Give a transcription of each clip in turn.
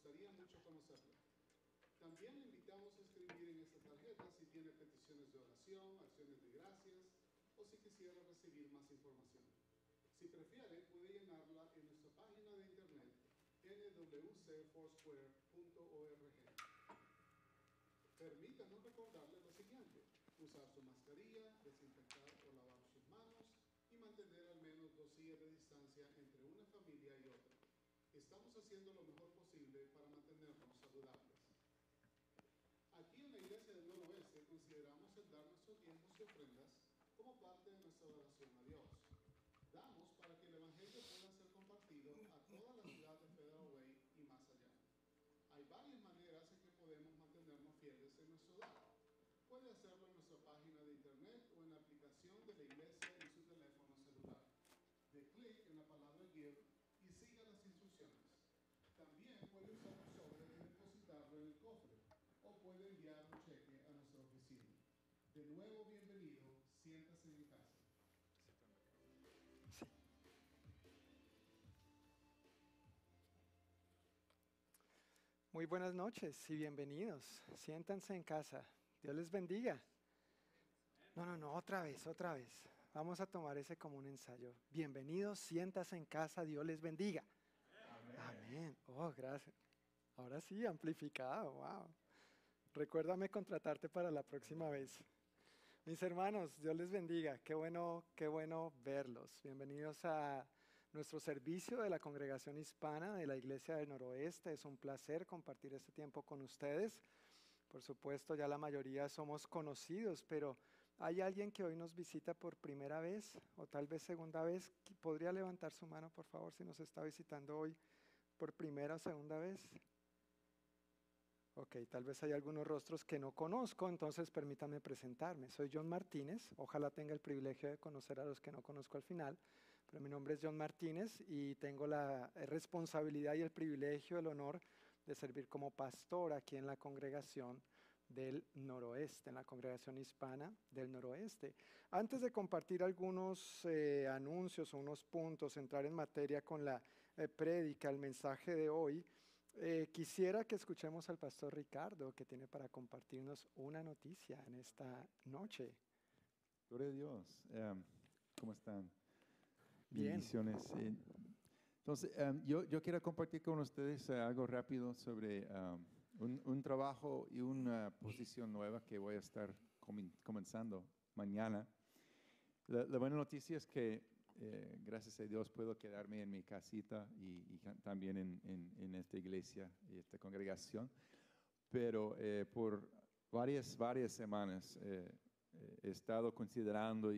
gustaría mucho conocerlo. También le invitamos a escribir en esta tarjeta si tiene peticiones de oración, acciones de gracias o si quisiera recibir más información. Si prefiere, puede llenarla en nuestra página de internet nwcfoursquare.org. Permítanos recordarle lo siguiente: usar su mascarilla, desinfectar o lavar sus manos y mantener al menos 2 sillas de distancia entre una familia y otra. Estamos haciendo lo mejor posible para mantenernos saludables. Aquí en la Iglesia del Noroeste consideramos el dar nuestros diezmos y ofrendas como parte de nuestra adoración a Dios. Damos para que el Evangelio pueda ser compartido a toda la ciudad de Federal Way y más allá. Hay varias maneras en que podemos mantenernos fieles en nuestro dar. Puede hacerlo en nuestra página de internet o en la aplicación de la iglesia en su teléfono celular. Dé clic en la palabra Give y siga las instrucciones. También puede usar un sobre y depositarlo en el cofre, o puede enviar un cheque a nuestra oficina. De nuevo, bienvenido, siéntase en casa. Muy buenas noches y bienvenidos. Siéntanse en casa. Dios les bendiga. No, otra vez. Vamos a tomar ese como un ensayo. Bienvenidos, siéntanse en casa, Dios les bendiga. Amén. Oh, gracias. Ahora sí, amplificado, wow. Recuérdame contratarte para la próxima vez. Mis hermanos, Dios les bendiga. Qué bueno verlos. Bienvenidos a nuestro servicio de la Congregación Hispana de la Iglesia del Noroeste. Es un placer compartir este tiempo con ustedes. Por supuesto, ya la mayoría somos conocidos, pero ¿hay alguien que hoy nos visita por primera vez o tal vez segunda vez? ¿Podría levantar su mano, por favor, si nos está visitando hoy por primera o segunda vez? Ok, tal vez hay algunos rostros que no conozco, entonces permítanme presentarme. Soy John Martínez, ojalá tenga el privilegio de conocer a los que no conozco al final, pero mi nombre es John Martínez y tengo la responsabilidad y el privilegio, el honor de servir como pastor aquí en la congregación del Noroeste, en la congregación hispana del Noroeste. Antes de compartir algunos anuncios o unos puntos, entrar en materia con la prédica, el mensaje de hoy, quisiera que escuchemos al pastor Ricardo, que tiene para compartirnos una noticia en esta noche. Gloria a Dios. ¿Cómo están? Bien. Bendiciones. Entonces, yo quiero compartir con ustedes algo rápido sobre un trabajo y una posición nueva que voy a estar comenzando mañana. La buena noticia es que gracias a Dios puedo quedarme en mi casita y también en esta iglesia y esta congregación, pero por varias semanas he estado considerando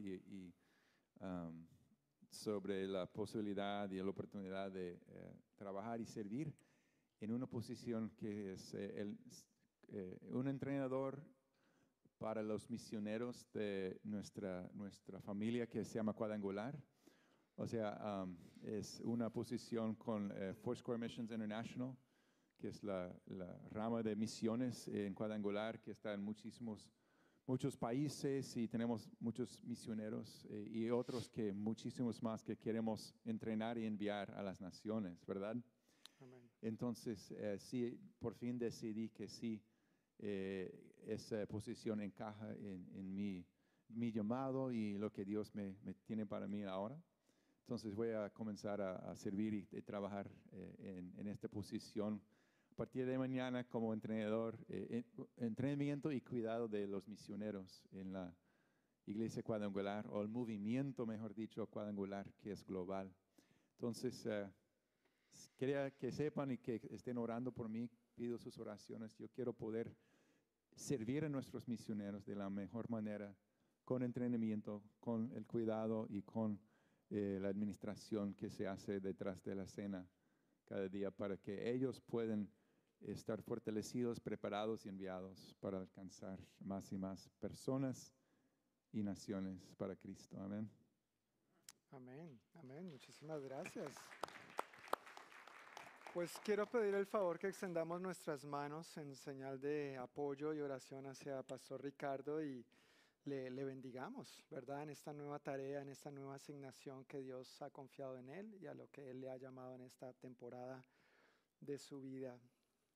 sobre la posibilidad y la oportunidad de trabajar y servir en una posición que es un entrenador para los misioneros de nuestra familia que se llama Cuadrangular. O sea, es una posición con Foursquare Missions International, que es la rama de misiones en Cuadrangular, que está en muchos países y tenemos muchos misioneros y otros muchísimos más que queremos entrenar y enviar a las naciones, ¿verdad? Amén. Entonces, sí, por fin decidí que sí, esa posición encaja en mi llamado y lo que Dios me tiene para mí ahora. Entonces voy a comenzar a servir y trabajar en esta posición a partir de mañana como entrenador, entrenamiento y cuidado de los misioneros en la Iglesia Cuadrangular, o el movimiento, mejor dicho, Cuadrangular, que es global. Entonces, quería que sepan y que estén orando por mí, pido sus oraciones. Yo quiero poder servir a nuestros misioneros de la mejor manera, con entrenamiento, con el cuidado y con la administración que se hace detrás de la escena cada día para que ellos puedan estar fortalecidos, preparados y enviados para alcanzar más y más personas y naciones para Cristo. Amén. Amén, amén. Muchísimas gracias. Pues quiero pedir el favor que extendamos nuestras manos en señal de apoyo y oración hacia Pastor Ricardo y le bendigamos, ¿verdad? En esta nueva tarea, en esta nueva asignación que Dios ha confiado en él y a lo que él le ha llamado en esta temporada de su vida.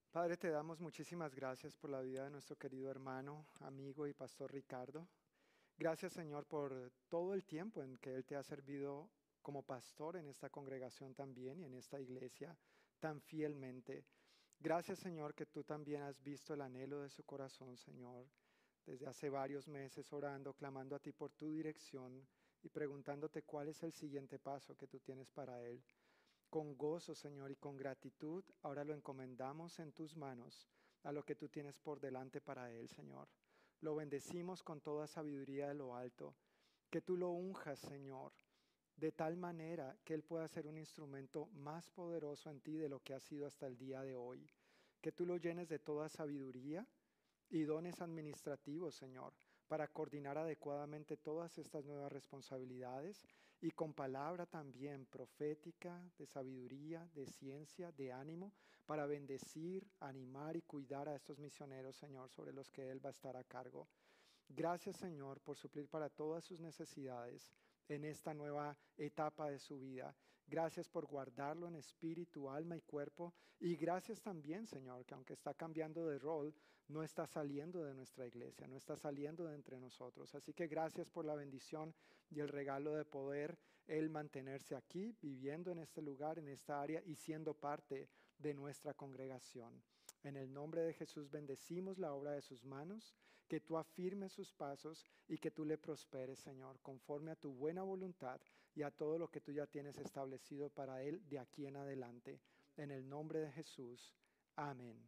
Padre, te damos muchísimas gracias por la vida de nuestro querido hermano, amigo y pastor Ricardo. Gracias, Señor, por todo el tiempo en que Él te ha servido como pastor en esta congregación también y en esta iglesia tan fielmente. Gracias, Señor, que tú también has visto el anhelo de su corazón, Señor, desde hace varios meses orando, clamando a ti por tu dirección y preguntándote cuál es el siguiente paso que tú tienes para Él. Con gozo, Señor, y con gratitud, ahora lo encomendamos en tus manos a lo que tú tienes por delante para Él, Señor. Lo bendecimos con toda sabiduría de lo alto, que tú lo unjas, Señor, de tal manera que Él pueda ser un instrumento más poderoso en ti de lo que ha sido hasta el día de hoy. Que tú lo llenes de toda sabiduría y dones administrativos, Señor, para coordinar adecuadamente todas estas nuevas responsabilidades y con palabra también profética, de sabiduría, de ciencia, de ánimo, para bendecir, animar y cuidar a estos misioneros, Señor, sobre los que Él va a estar a cargo. Gracias, Señor, por suplir para todas sus necesidades en esta nueva etapa de su vida. Gracias por guardarlo en espíritu, alma y cuerpo. Y gracias también, Señor, que aunque está cambiando de rol, no está saliendo de nuestra iglesia, no está saliendo de entre nosotros. Así que gracias por la bendición y el regalo de poder Él mantenerse aquí, viviendo en este lugar, en esta área y siendo parte de nuestra congregación. En el nombre de Jesús bendecimos la obra de sus manos, que tú afirmes sus pasos y que tú le prosperes, Señor, conforme a tu buena voluntad y a todo lo que tú ya tienes establecido para Él de aquí en adelante. En el nombre de Jesús. Amén.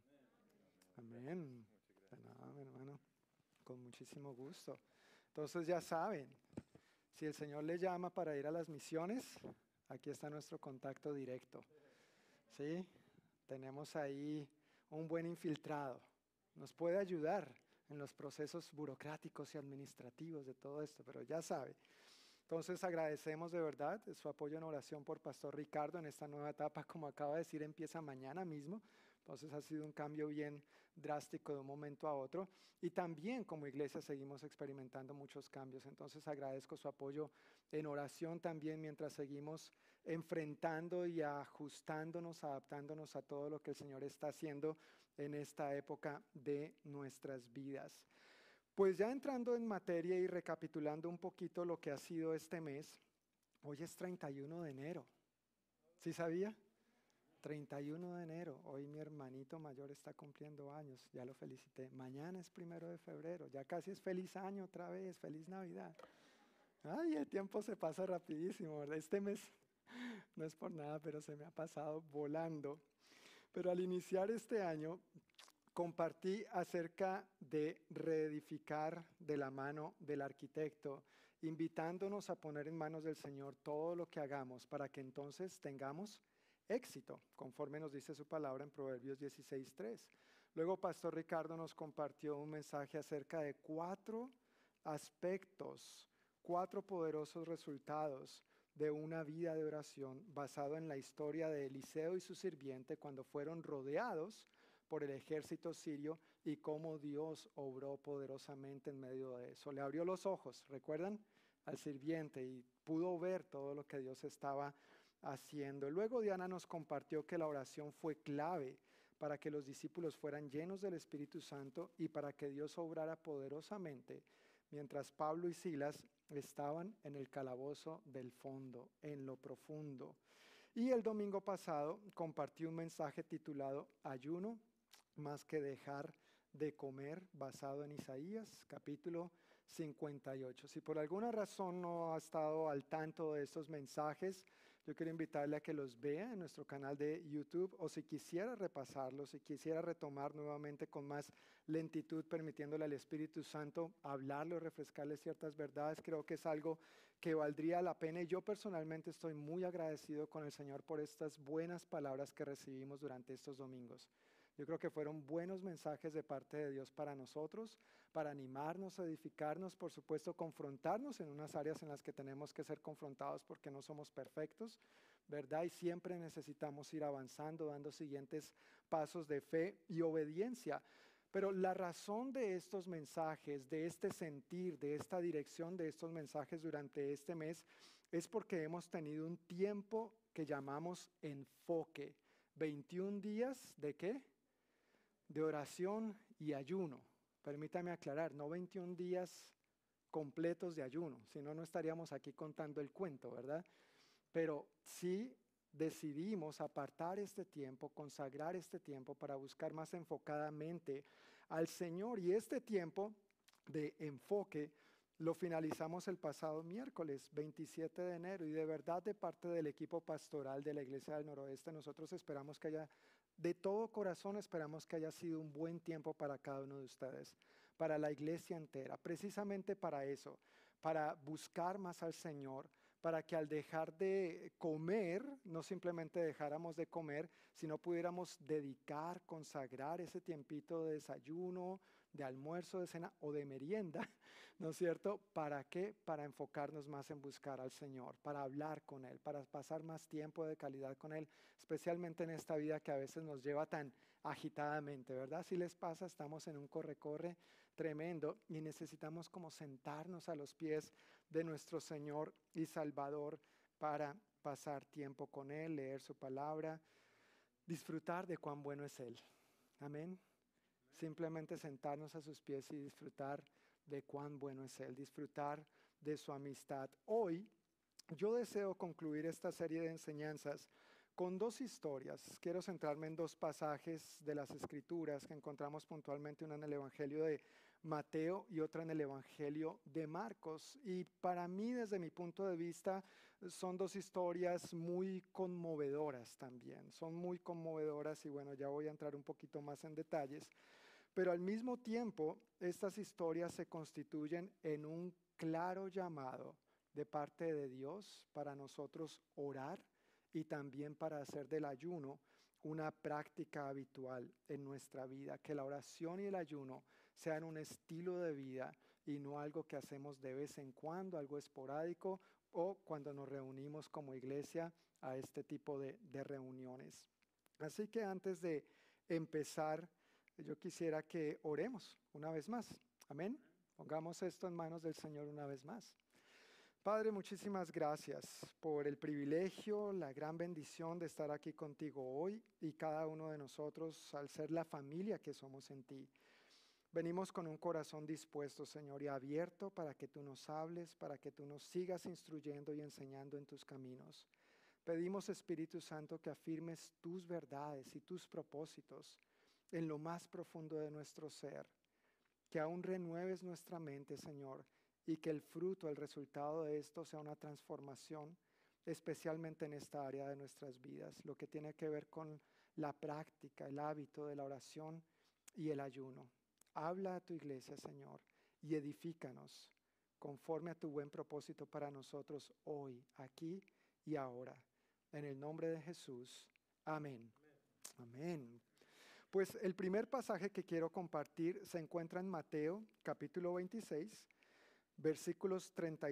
Amén. De nada, mi hermano. Con muchísimo gusto. Entonces ya saben, si el Señor le llama para ir a las misiones, aquí está nuestro contacto directo. ¿Sí? Tenemos ahí un buen infiltrado. Nos puede ayudar en los procesos burocráticos y administrativos de todo esto, pero ya sabe. Entonces agradecemos de verdad su apoyo en oración por Pastor Ricardo en esta nueva etapa, como acaba de decir, empieza mañana mismo. Entonces ha sido un cambio bien drástico de un momento a otro. Y también como iglesia seguimos experimentando muchos cambios. Entonces agradezco su apoyo en oración también mientras seguimos enfrentando y ajustándonos, adaptándonos a todo lo que el Señor está haciendo en esta época de nuestras vidas. Pues ya entrando en materia y recapitulando un poquito lo que ha sido este mes, hoy es 31 de enero. ¿Sí sabía? 31 de enero, hoy mi hermanito mayor está cumpliendo años, ya lo felicité. Mañana es 1 de febrero, ya casi es feliz año otra vez, feliz Navidad. Ay, el tiempo se pasa rapidísimo, ¿verdad? Este mes no es por nada, pero se me ha pasado volando. Pero al iniciar este año, compartí acerca de reedificar de la mano del arquitecto, invitándonos a poner en manos del Señor todo lo que hagamos para que entonces tengamos éxito, conforme nos dice su palabra en Proverbios 16:3. Luego Pastor Ricardo nos compartió un mensaje acerca de 4 aspectos, 4 poderosos resultados de una vida de oración basado en la historia de Eliseo y su sirviente cuando fueron rodeados por el ejército sirio y cómo Dios obró poderosamente en medio de eso. Le abrió los ojos, ¿recuerdan? Al sirviente y pudo ver todo lo que Dios estaba haciendo. Luego Diana nos compartió que la oración fue clave para que los discípulos fueran llenos del Espíritu Santo y para que Dios obrara poderosamente mientras Pablo y Silas estaban en el calabozo del fondo, en lo profundo. Y el domingo pasado compartí un mensaje titulado Ayuno más que dejar de comer, basado en Isaías, capítulo 58. Si por alguna razón no ha estado al tanto de estos mensajes, yo quiero invitarle a que los vea en nuestro canal de YouTube, o si quisiera repasarlos, si quisiera retomar nuevamente con más lentitud, permitiéndole al Espíritu Santo hablarle o refrescarle ciertas verdades, creo que es algo que valdría la pena. Y yo personalmente estoy muy agradecido con el Señor por estas buenas palabras que recibimos durante estos domingos. Yo creo que fueron buenos mensajes de parte de Dios para nosotros, para animarnos, edificarnos, por supuesto, confrontarnos en unas áreas en las que tenemos que ser confrontados porque no somos perfectos, ¿verdad? Y siempre necesitamos ir avanzando, dando siguientes pasos de fe y obediencia. Pero la razón de estos mensajes, de este sentir, de esta dirección de estos mensajes durante este mes, es porque hemos tenido un tiempo que llamamos enfoque. 21 días ¿de qué? de oración y ayuno. Permítame aclarar, no 21 días completos de ayuno, si no, no estaríamos aquí contando el cuento, ¿verdad? Pero sí decidimos apartar este tiempo, consagrar este tiempo para buscar más enfocadamente al Señor. Y este tiempo de enfoque lo finalizamos el pasado miércoles 27 de enero, y de verdad, de parte del equipo pastoral de la Iglesia del Noroeste, nosotros esperamos que haya, de todo corazón esperamos que haya sido un buen tiempo para cada uno de ustedes, para la iglesia entera, precisamente para eso, para buscar más al Señor, para que al dejar de comer, no simplemente dejáramos de comer, sino pudiéramos dedicar, consagrar ese tiempito de desayuno, de almuerzo, de cena o de merienda, ¿no es cierto? ¿Para qué? Para enfocarnos más en buscar al Señor, para hablar con Él, para pasar más tiempo de calidad con Él, especialmente en esta vida que a veces nos lleva tan agitadamente, ¿verdad? Si les pasa, estamos en un corre-corre tremendo y necesitamos como sentarnos a los pies de nuestro Señor y Salvador para pasar tiempo con Él, leer su palabra, disfrutar de cuán bueno es Él. Amén. Simplemente sentarnos a sus pies y disfrutar de cuán bueno es Él, disfrutar de su amistad. Hoy yo deseo concluir esta serie de enseñanzas con dos historias. Quiero centrarme en dos pasajes de las Escrituras que encontramos puntualmente, una en el Evangelio de Mateo y otra en el Evangelio de Marcos. Y para mí, desde mi punto de vista, son dos historias muy conmovedoras también. Son muy conmovedoras y bueno, ya voy a entrar un poquito más en detalles. Pero al mismo tiempo, estas historias se constituyen en un claro llamado de parte de Dios para nosotros orar y también para hacer del ayuno una práctica habitual en nuestra vida. Que la oración y el ayuno sean un estilo de vida y no algo que hacemos de vez en cuando, algo esporádico o cuando nos reunimos como iglesia a este tipo de reuniones. Así que antes de empezar, yo quisiera que oremos una vez más. Amén. Pongamos esto en manos del Señor una vez más. Padre, muchísimas gracias por el privilegio, la gran bendición de estar aquí contigo hoy y cada uno de nosotros al ser la familia que somos en ti. Venimos con un corazón dispuesto, Señor, y abierto para que tú nos hables, para que tú nos sigas instruyendo y enseñando en tus caminos. Pedimos, Espíritu Santo, que afirmes tus verdades y tus propósitos en lo más profundo de nuestro ser, que aún renueves nuestra mente, Señor, y que el fruto, el resultado de esto sea una transformación, especialmente en esta área de nuestras vidas, lo que tiene que ver con la práctica, el hábito de la oración y el ayuno. Habla a tu iglesia, Señor, y edifícanos conforme a tu buen propósito para nosotros hoy, aquí y ahora. En el nombre de Jesús. Amén. Amén. Pues el primer pasaje que quiero compartir se encuentra en Mateo, capítulo 26, versículos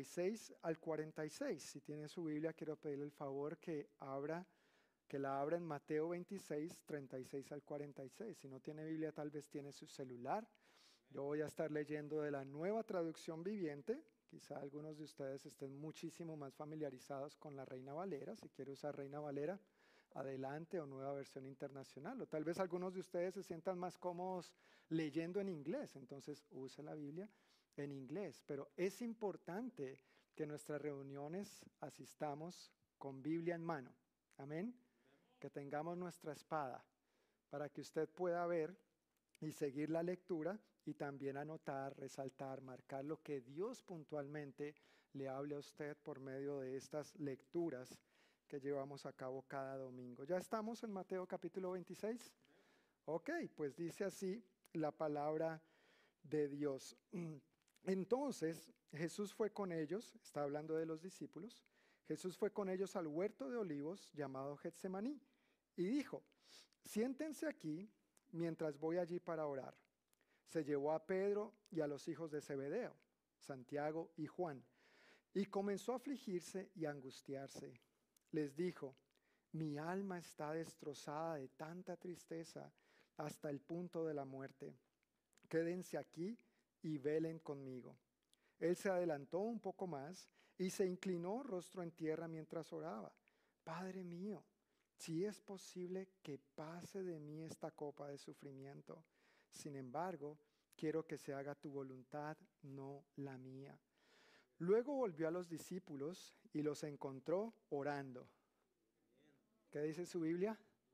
36 al 46. Si tiene su Biblia, quiero pedirle el favor que la abra en Mateo 26, 36 al 46. Si no tiene Biblia, tal vez tiene su celular. Yo voy a estar leyendo de la Nueva Traducción Viviente. Quizá algunos de ustedes estén muchísimo más familiarizados con la Reina Valera. Si quiere usar Reina Valera, adelante, o Nueva Versión Internacional. O tal vez algunos de ustedes se sientan más cómodos leyendo en inglés. Entonces, use la Biblia en inglés. Pero es importante que en nuestras reuniones asistamos con Biblia en mano. Amén. Que tengamos nuestra espada para que usted pueda ver y seguir la lectura y también anotar, resaltar, marcar lo que Dios puntualmente le hable a usted por medio de estas lecturas que llevamos a cabo cada domingo. ¿Ya estamos en Mateo capítulo 26? Ok, pues dice así la palabra de Dios. Entonces Jesús fue con ellos, está hablando de los discípulos, Jesús fue con ellos al huerto de olivos llamado Getsemaní y dijo: siéntense aquí mientras voy allí para orar. Se llevó a Pedro y a los hijos de Zebedeo, Santiago y Juan, y comenzó a afligirse y a angustiarse. Les dijo: mi alma está destrozada de tanta tristeza hasta el punto de la muerte. Quédense aquí y velen conmigo. Él se adelantó un poco más y se inclinó rostro en tierra mientras oraba. Padre mío, si es posible que pase de mí esta copa de sufrimiento. Sin embargo, quiero que se haga tu voluntad, no la mía. Luego volvió a los discípulos y los encontró orando. ¿Qué dice su Biblia?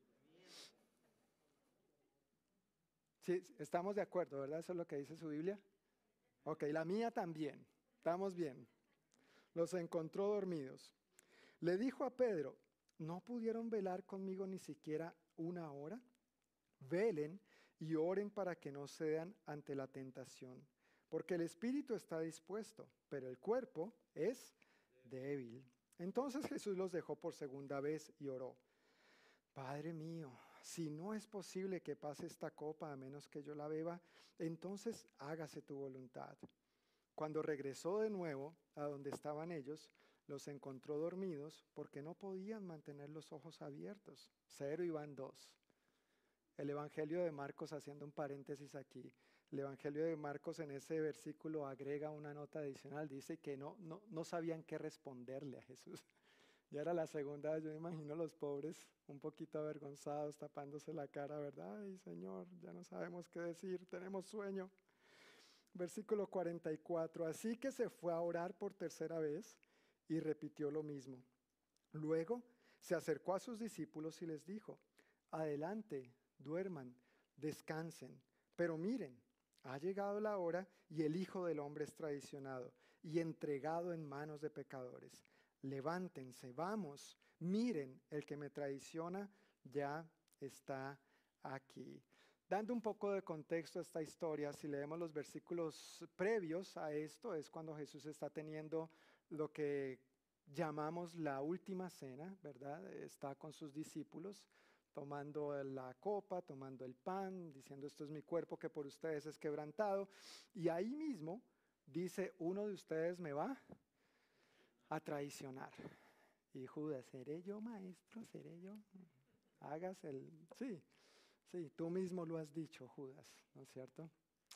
Sí, estamos de acuerdo, ¿verdad? Eso es lo que dice su Biblia. Ok, la mía también. Estamos bien. Los encontró dormidos. Le dijo a Pedro, ¿no pudieron velar conmigo ni siquiera una hora? Velen y oren para que no cedan ante la tentación, porque el espíritu está dispuesto, pero el cuerpo es débil. Entonces Jesús los dejó por segunda vez y oró. Padre mío, si no es posible que pase esta copa a menos que yo la beba, entonces hágase tu voluntad. Cuando regresó de nuevo a donde estaban ellos, los encontró dormidos porque no podían mantener los ojos abiertos. 0 y van 2. El Evangelio de Marcos, haciendo un paréntesis aquí, el Evangelio de Marcos en ese versículo agrega una nota adicional, dice que no sabían qué responderle a Jesús. Ya era la segunda vez, yo me imagino los pobres un poquito avergonzados, tapándose la cara, ¿verdad? Ay, Señor, ya no sabemos qué decir, tenemos sueño. Versículo 44, así que se fue a orar por tercera vez y repitió lo mismo. Luego se acercó a sus discípulos y les dijo, adelante, duerman, descansen, pero miren, ha llegado la hora y el Hijo del Hombre es traicionado y entregado en manos de pecadores. Levántense, vamos, miren, el que me traiciona ya está aquí. Dando un poco de contexto a esta historia, si leemos los versículos previos a esto, es cuando Jesús está teniendo lo que llamamos la última cena, ¿verdad? Está con sus discípulos, tomando la copa, tomando el pan, diciendo esto es mi cuerpo que por ustedes es quebrantado. Y ahí mismo dice, uno de ustedes me va a traicionar. Y Judas, ¿seré yo maestro? ¿Seré yo? Hagas el... Sí, tú mismo lo has dicho, Judas, ¿no es cierto?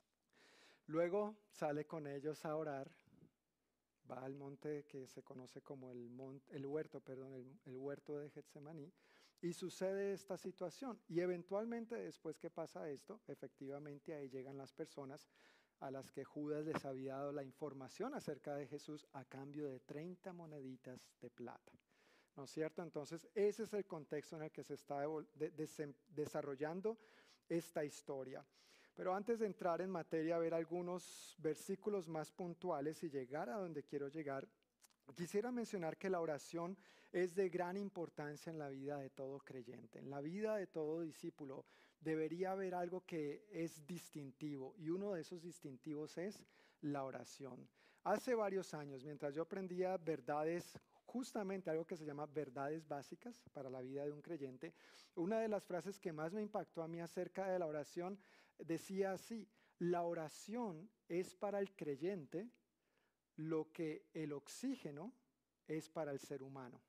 Luego sale con ellos a orar, va al monte que se conoce como el huerto de Getsemaní, y sucede esta situación. Y eventualmente después que pasa esto, efectivamente ahí llegan las personas a las que Judas les había dado la información acerca de Jesús a cambio de 30 moneditas de plata. ¿No es cierto? Entonces, ese es el contexto en el que se está desarrollando esta historia. Pero antes de entrar en materia, ver algunos versículos más puntuales y llegar a donde quiero llegar, quisiera mencionar que la oración es de gran importancia en la vida de todo creyente, en la vida de todo discípulo. Debería haber algo que es distintivo y uno de esos distintivos es la oración. Hace varios años, mientras yo aprendía verdades, justamente algo que se llama verdades básicas para la vida de un creyente, una de las frases que más me impactó a mí acerca de la oración decía así: la oración es para el creyente lo que el oxígeno es para el ser humano.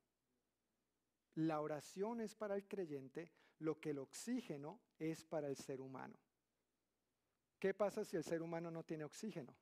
La oración es para el creyente lo que el oxígeno es para el ser humano. ¿Qué pasa si el ser humano no tiene oxígeno?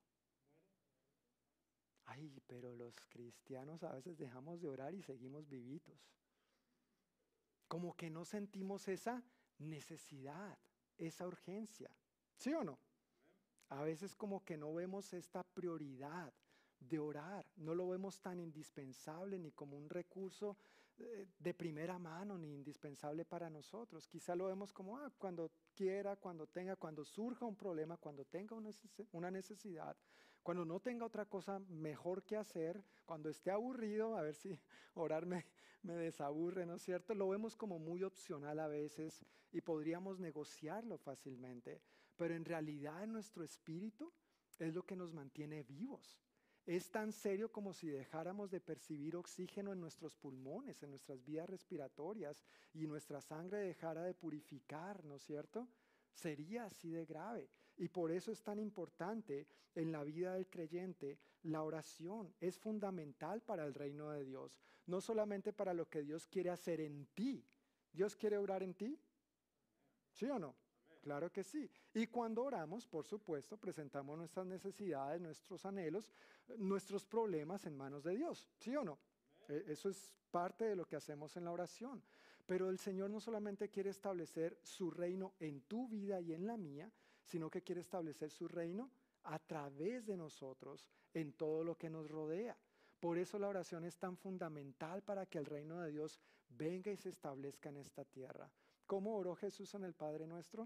Ay, pero los cristianos a veces dejamos de orar y seguimos vivitos. Como que no sentimos esa necesidad, esa urgencia. ¿Sí o no? A veces como que no vemos esta prioridad de orar, no lo vemos tan indispensable ni como un recurso de primera mano ni indispensable para nosotros. Quizá lo vemos como cuando quiera, cuando tenga, cuando surja un problema, cuando tenga una necesidad, cuando no tenga otra cosa mejor que hacer, cuando esté aburrido, a ver si orar me desaburre, ¿no es cierto? Lo vemos como muy opcional a veces y podríamos negociarlo fácilmente, pero en realidad en nuestro espíritu es lo que nos mantiene vivos. Es tan serio como si dejáramos de percibir oxígeno en nuestros pulmones, en nuestras vías respiratorias y nuestra sangre dejara de purificar, ¿no es cierto? Sería así de grave. Y por eso es tan importante en la vida del creyente la oración. Es fundamental para el reino de Dios, no solamente para lo que Dios quiere hacer en ti. ¿Dios quiere orar en ti? ¿Sí o no? Claro que sí. Y cuando oramos, por supuesto, presentamos nuestras necesidades, nuestros anhelos, nuestros problemas en manos de Dios. ¿Sí o no? Eso es parte de lo que hacemos en la oración. Pero el Señor no solamente quiere establecer su reino en tu vida y en la mía, sino que quiere establecer su reino a través de nosotros en todo lo que nos rodea. Por eso la oración es tan fundamental para que el reino de Dios venga y se establezca en esta tierra. ¿Cómo oró Jesús en el Padre Nuestro?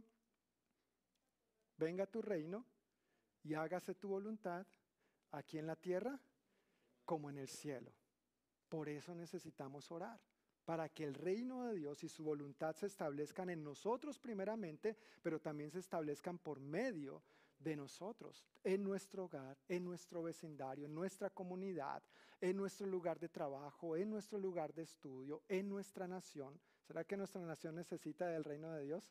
Venga tu reino y hágase tu voluntad aquí en la tierra como en el cielo. Por eso necesitamos orar, para que el reino de Dios y su voluntad se establezcan en nosotros primeramente, pero también se establezcan por medio de nosotros, en nuestro hogar, en nuestro vecindario, en nuestra comunidad, en nuestro lugar de trabajo, en nuestro lugar de estudio, en nuestra nación. ¿Será que nuestra nación necesita del reino de Dios?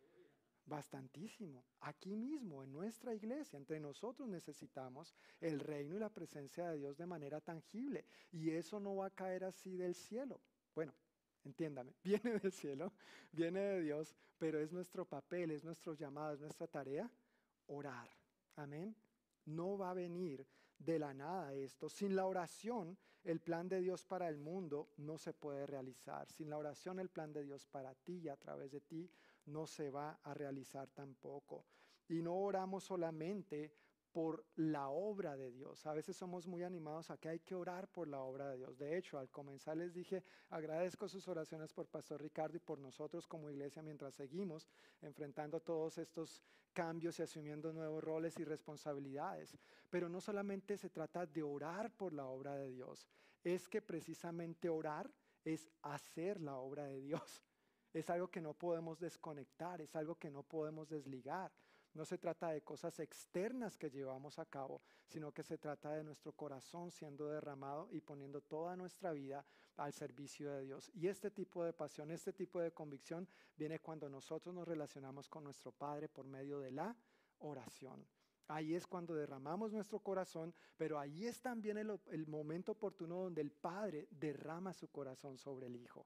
Bastantísimo. Aquí mismo, en nuestra iglesia, entre nosotros necesitamos el reino y la presencia de Dios de manera tangible. Y eso no va a caer así del cielo. Bueno, entiéndame, viene del cielo, viene de Dios, pero es nuestro papel, es nuestro llamado, es nuestra tarea, orar. Amén. No va a venir de la nada esto. Sin la oración, el plan de Dios para el mundo no se puede realizar. Sin la oración, el plan de Dios para ti y a través de ti no se va a realizar tampoco. Y no oramos solamente por la obra de Dios. A veces somos muy animados a que hay que orar por la obra de Dios. De hecho, al comenzar les dije, agradezco sus oraciones por Pastor Ricardo y por nosotros como iglesia mientras seguimos enfrentando todos estos cambios y asumiendo nuevos roles y responsabilidades. Pero no solamente se trata de orar por la obra de Dios, es que precisamente orar es hacer la obra de Dios. Es algo que no podemos desconectar, es algo que no podemos desligar. No se trata de cosas externas que llevamos a cabo, sino que se trata de nuestro corazón siendo derramado y poniendo toda nuestra vida al servicio de Dios. Y este tipo de pasión, este tipo de convicción viene cuando nosotros nos relacionamos con nuestro Padre por medio de la oración. Ahí es cuando derramamos nuestro corazón, pero ahí es también el momento oportuno donde el Padre derrama su corazón sobre el Hijo.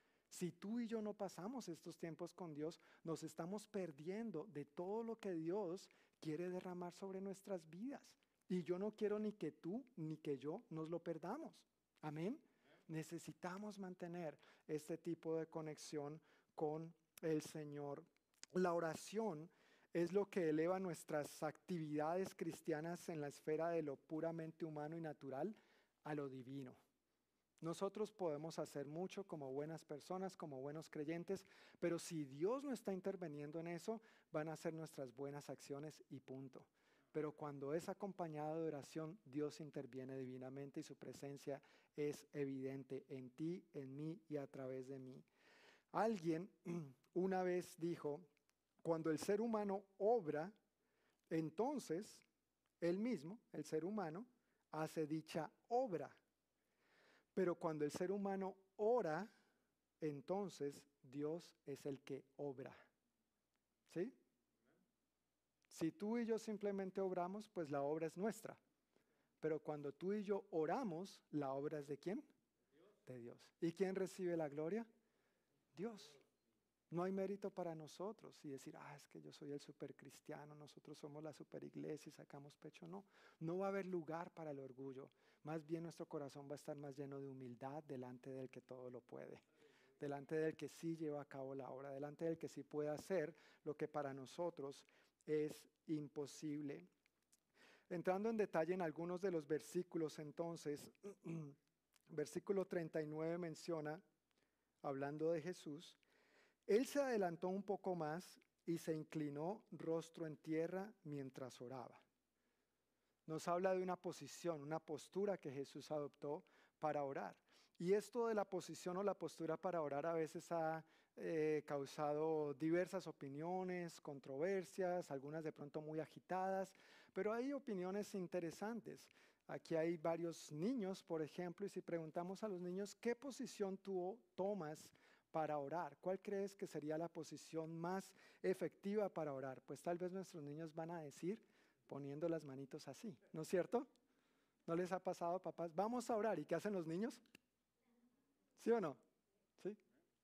Si tú y yo no pasamos estos tiempos con Dios, nos estamos perdiendo de todo lo que Dios quiere derramar sobre nuestras vidas. Y yo no quiero ni que tú ni que yo nos lo perdamos. Amén. Necesitamos mantener este tipo de conexión con el Señor. La oración es lo que eleva nuestras actividades cristianas en la esfera de lo puramente humano y natural a lo divino. Nosotros podemos hacer mucho como buenas personas, como buenos creyentes, pero si Dios no está interviniendo en eso, van a ser nuestras buenas acciones y punto. Pero cuando es acompañado de oración, Dios interviene divinamente y su presencia es evidente en ti, en mí y a través de mí. Alguien una vez dijo, cuando el ser humano obra, entonces él mismo, el ser humano, hace dicha obra. Pero cuando el ser humano ora, entonces Dios es el que obra. ¿Sí? Si tú y yo simplemente obramos, pues la obra es nuestra. Pero cuando tú y yo oramos, la obra es ¿de quién? De Dios. ¿Y quién recibe la gloria? Dios. No hay mérito para nosotros y decir, es que yo soy el supercristiano, nosotros somos la superiglesia y sacamos pecho. No, no va a haber lugar para el orgullo. Más bien nuestro corazón va a estar más lleno de humildad delante del que todo lo puede. Delante del que sí lleva a cabo la obra, delante del que sí puede hacer lo que para nosotros es imposible. Entrando en detalle en algunos de los versículos entonces, versículo 39 menciona, hablando de Jesús, Él se adelantó un poco más y se inclinó rostro en tierra mientras oraba. Nos habla de una posición, una postura que Jesús adoptó para orar. Y esto de la posición o la postura para orar a veces ha causado diversas opiniones, controversias, algunas de pronto muy agitadas, pero hay opiniones interesantes. Aquí hay varios niños, por ejemplo, y si preguntamos a los niños, ¿qué posición tú tomas para orar? ¿Cuál crees que sería la posición más efectiva para orar? Pues tal vez nuestros niños van a decir poniendo las manitos así, ¿no es cierto? ¿No les ha pasado, papás? Vamos a orar. ¿Y qué hacen los niños? ¿Sí o no? ¿Sí?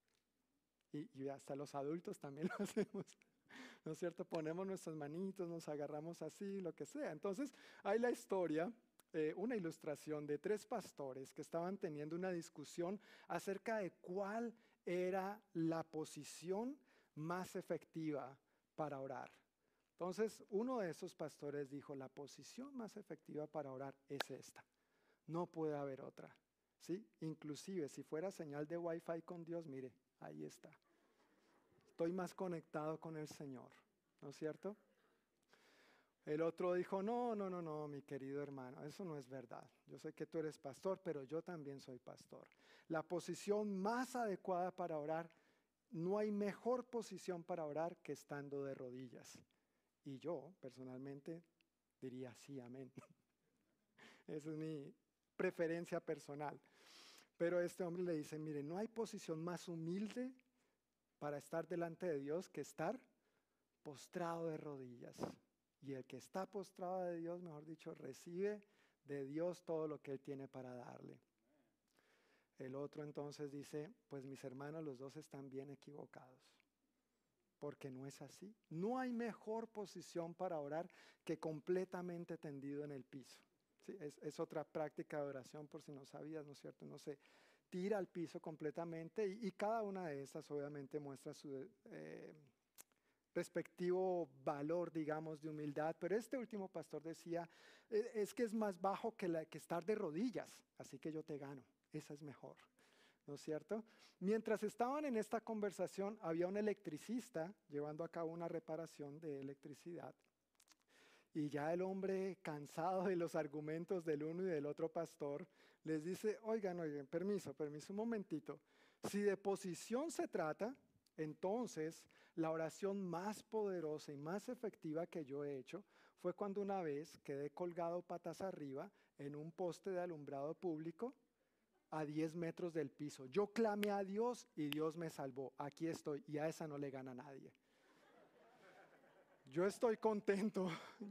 Y hasta los adultos también lo hacemos, ¿no es cierto? Ponemos nuestras manitos, nos agarramos así, lo que sea. Entonces, hay la historia una ilustración de 3 pastores que estaban teniendo una discusión acerca de cuál era la posición más efectiva para orar. Entonces, uno de esos pastores dijo, la posición más efectiva para orar es esta. No puede haber otra. ¿Sí? Inclusive, si fuera señal de Wi-Fi con Dios, mire, ahí está. Estoy más conectado con el Señor, ¿no es cierto? El otro dijo, no, mi querido hermano, eso no es verdad. Yo sé que tú eres pastor, pero yo también soy pastor. La posición más adecuada para orar, no hay mejor posición para orar que estando de rodillas. Y yo, personalmente, diría sí, amén. Esa es mi preferencia personal. Pero este hombre le dice, mire, no hay posición más humilde para estar delante de Dios que estar postrado de rodillas. Y el que está postrado de Dios, mejor dicho, recibe de Dios todo lo que Él tiene para darle. El otro entonces dice, pues mis hermanos, los dos están bien equivocados. Porque no es así. No hay mejor posición para orar que completamente tendido en el piso. ¿Sí? Es otra práctica de oración, por si no sabías, ¿no es cierto? No se tira al piso completamente y cada una de esas obviamente muestra su respectivo valor, digamos, de humildad. Pero este último pastor decía, es que es más bajo que estar de rodillas, así que yo te gano, esa es mejor. ¿No es cierto? Mientras estaban en esta conversación, había un electricista llevando a cabo una reparación de electricidad. Y ya el hombre, cansado de los argumentos del uno y del otro pastor, les dice, oigan, permiso, un momentito. Si de posición se trata, entonces la oración más poderosa y más efectiva que yo he hecho fue cuando una vez quedé colgado patas arriba en un poste de alumbrado público a 10 metros del piso. Yo clamé a Dios y Dios me salvó. Aquí estoy y a esa no le gana nadie. Yo estoy contento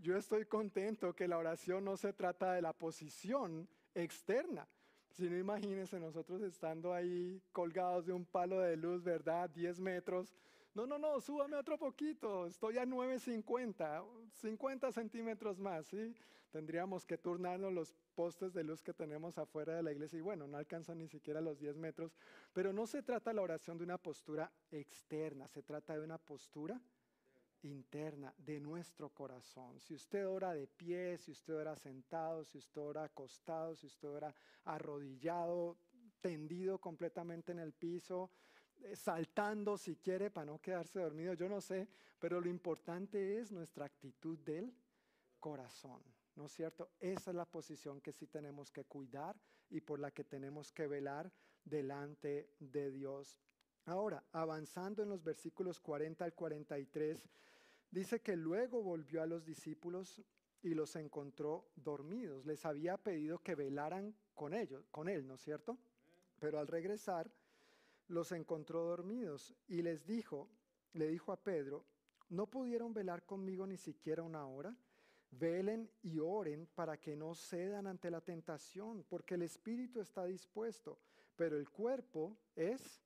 que la oración no se trata de la posición externa. Si no, imagínense nosotros estando ahí colgados de un palo de luz, ¿verdad? 10 metros. No, súbame otro poquito, estoy a 9.50, 50 centímetros más, ¿sí? Tendríamos que turnarnos los postes de luz que tenemos afuera de la iglesia y bueno, no alcanzan ni siquiera los 10 metros, pero no se trata la oración de una postura externa, se trata de una postura interna de nuestro corazón. Si usted ora de pie, si usted ora sentado, si usted ora acostado, si usted ora arrodillado, tendido completamente en el piso, saltando si quiere para no quedarse dormido, yo no sé, pero lo importante es nuestra actitud del corazón, ¿no es cierto? Esa es la posición que sí tenemos que cuidar y por la que tenemos que velar delante de Dios. Ahora, avanzando en los versículos 40 al 43, dice que luego volvió a los discípulos y los encontró dormidos. Les había pedido que velaran con él, ¿no es cierto? Pero al regresar, los encontró dormidos y le dijo a Pedro, ¿no pudieron velar conmigo ni siquiera una hora? Velen y oren para que no cedan ante la tentación, porque el espíritu está dispuesto, pero el cuerpo es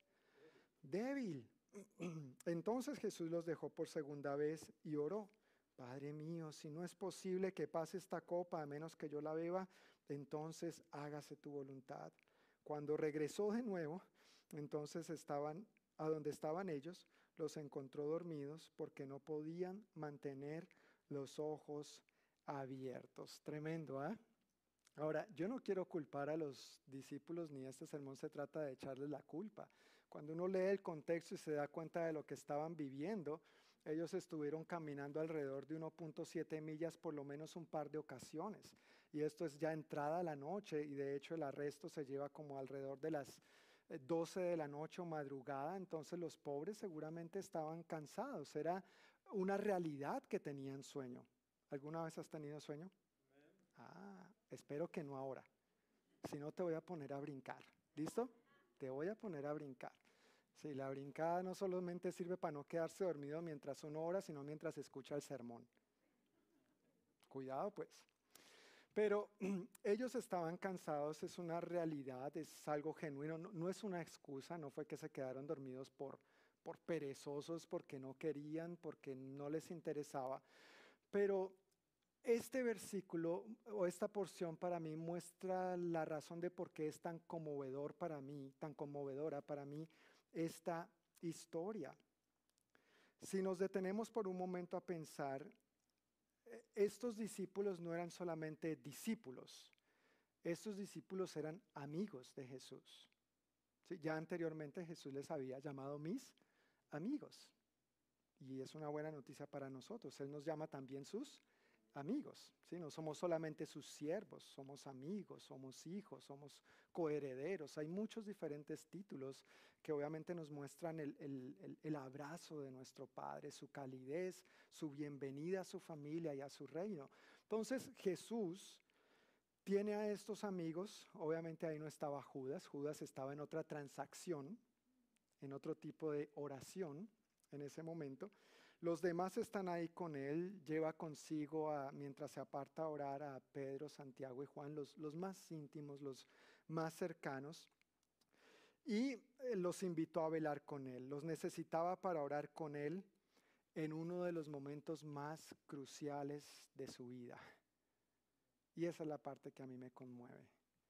débil. Entonces Jesús los dejó por segunda vez y oró, Padre mío, si no es posible que pase esta copa a menos que yo la beba, entonces hágase tu voluntad. Cuando regresó de nuevo, entonces a donde estaban ellos, los encontró dormidos porque no podían mantener los ojos abiertos. Tremendo, ¿ah? Ahora, yo no quiero culpar a los discípulos, ni este sermón se trata de echarles la culpa. Cuando uno lee el contexto y se da cuenta de lo que estaban viviendo, ellos estuvieron caminando alrededor de 1.7 millas por lo menos un par de ocasiones. Y esto es ya entrada la noche y de hecho el arresto se lleva como alrededor de las 12 de la noche o madrugada. Entonces los pobres seguramente estaban cansados. Era una realidad que tenían sueño. ¿Alguna vez has tenido sueño? Espero que no ahora. Si no, te voy a poner a brincar. ¿Listo? Te voy a poner a brincar. Sí, la brincada no solamente sirve para no quedarse dormido mientras uno ora, sino mientras escucha el sermón. Cuidado, pues. Pero ellos estaban cansados, es una realidad, es algo genuino, no es una excusa, no fue que se quedaron dormidos por perezosos, porque no querían, porque no les interesaba. Pero Este versículo o esta porción para mí muestra la razón de por qué es tan conmovedor para mí, tan conmovedora para mí esta historia. Si nos detenemos por un momento a pensar, estos discípulos no eran solamente discípulos, estos discípulos eran amigos de Jesús. Sí, ya anteriormente Jesús les había llamado mis amigos. Y es una buena noticia para nosotros. Él nos llama también sus amigos. ¿Sí? No somos solamente sus siervos, somos amigos, somos hijos, somos coherederos. Hay muchos diferentes títulos que obviamente nos muestran el abrazo de nuestro Padre, su calidez, su bienvenida a su familia y a su reino. Entonces Jesús tiene a estos amigos. Obviamente ahí no estaba Judas. Judas estaba en otra transacción, en otro tipo de oración en ese momento. Los demás están ahí con él. Lleva consigo, mientras se aparta a orar, a Pedro, Santiago y Juan, los más íntimos, los más cercanos. Y los invitó a velar con él. Los necesitaba para orar con él en uno de los momentos más cruciales de su vida. Y esa es la parte que a mí me conmueve.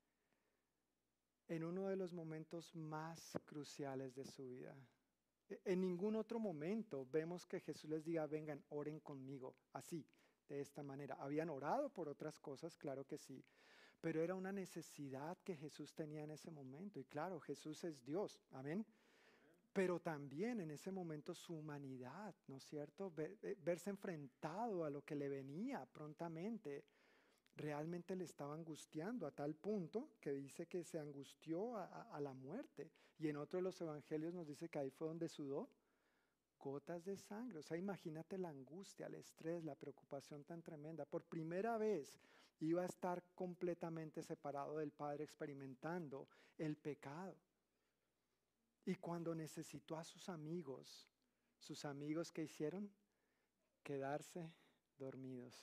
En uno de los momentos más cruciales de su vida. En ningún otro momento vemos que Jesús les diga, vengan, oren conmigo, así, de esta manera. Habían orado por otras cosas, claro que sí, pero era una necesidad que Jesús tenía en ese momento. Y claro, Jesús es Dios, amén. Pero también en ese momento su humanidad, ¿no es cierto? Verse enfrentado a lo que le venía prontamente, realmente le estaba angustiando a tal punto que dice que se angustió a la muerte. Y en otro de los evangelios nos dice que ahí fue donde sudó gotas de sangre. O sea, imagínate la angustia, el estrés, la preocupación tan tremenda. Por primera vez iba a estar completamente separado del Padre, experimentando el pecado. Y cuando necesitó a sus amigos ¿qué hicieron? Quedarse dormidos.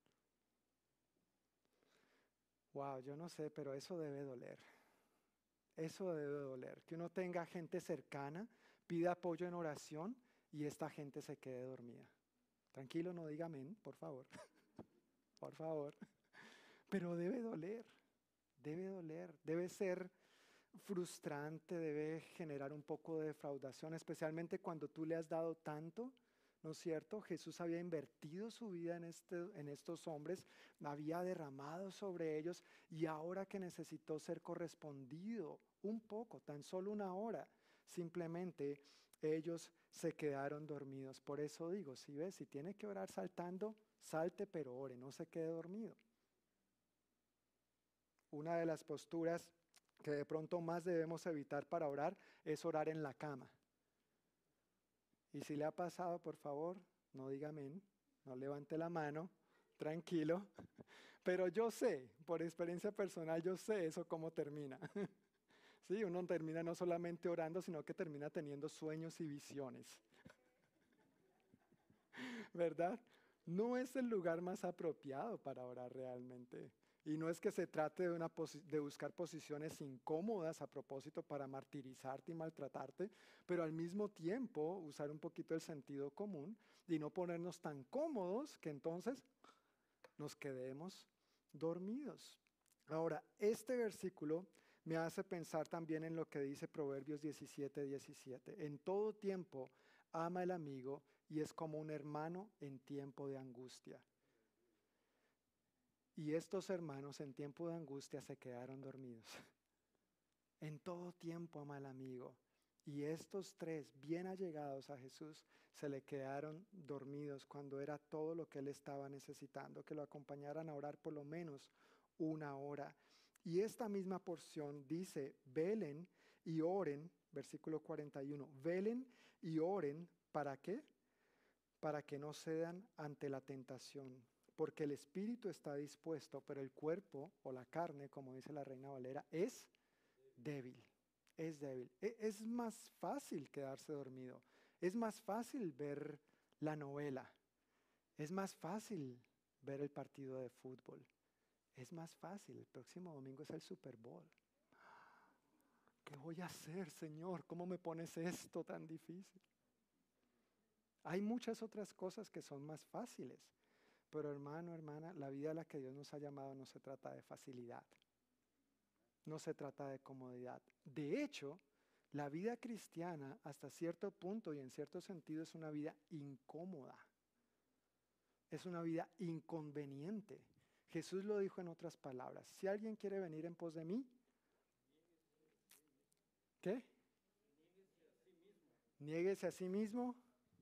Wow, yo no sé, pero eso debe doler. Eso debe doler. Que uno tenga gente cercana, pida apoyo en oración y esta gente se quede dormida. Tranquilo, no diga amén, por favor. Por favor. Pero debe doler. Debe doler. Debe ser frustrante, debe generar un poco de defraudación, especialmente cuando tú le has dado tanto. ¿No es cierto? Jesús había invertido su vida en estos hombres, había derramado sobre ellos y ahora que necesitó ser correspondido un poco, tan solo una hora, simplemente ellos se quedaron dormidos. Por eso digo, si tiene que orar saltando, salte pero ore, no se quede dormido. Una de las posturas que de pronto más debemos evitar para orar es orar en la cama. Y si le ha pasado, por favor, no diga amén, no levante la mano, tranquilo. Pero yo sé, por experiencia personal, yo sé eso cómo termina. Sí, uno termina no solamente orando, sino que termina teniendo sueños y visiones. ¿Verdad? No es el lugar más apropiado para orar realmente. Y no es que se trate de buscar posiciones incómodas a propósito para martirizarte y maltratarte, pero al mismo tiempo usar un poquito el sentido común y no ponernos tan cómodos que entonces nos quedemos dormidos. Ahora, este versículo me hace pensar también en lo que dice Proverbios 17:17. En todo tiempo ama el amigo y es como un hermano en tiempo de angustia. Y estos hermanos en tiempo de angustia se quedaron dormidos. En todo tiempo ama al amigo. Y estos tres, bien allegados a Jesús, se le quedaron dormidos cuando era todo lo que él estaba necesitando, que lo acompañaran a orar por lo menos una hora. Y esta misma porción dice, velen y oren, versículo 41, velen y oren, ¿para qué? Para que no cedan ante la tentación. Porque el espíritu está dispuesto, pero el cuerpo o la carne, como dice la Reina Valera, es débil. Es débil. Es más fácil quedarse dormido. Es más fácil ver la novela. Es más fácil ver el partido de fútbol. Es más fácil. El próximo domingo es el Super Bowl. ¿Qué voy a hacer, Señor? ¿Cómo me pones esto tan difícil? Hay muchas otras cosas que son más fáciles. Pero hermano, hermana, la vida a la que Dios nos ha llamado no se trata de facilidad, no se trata de comodidad. De hecho, la vida cristiana hasta cierto punto y en cierto sentido es una vida incómoda, es una vida inconveniente. Jesús lo dijo en otras palabras: si alguien quiere venir en pos de mí, ¿qué? Niéguese a sí mismo,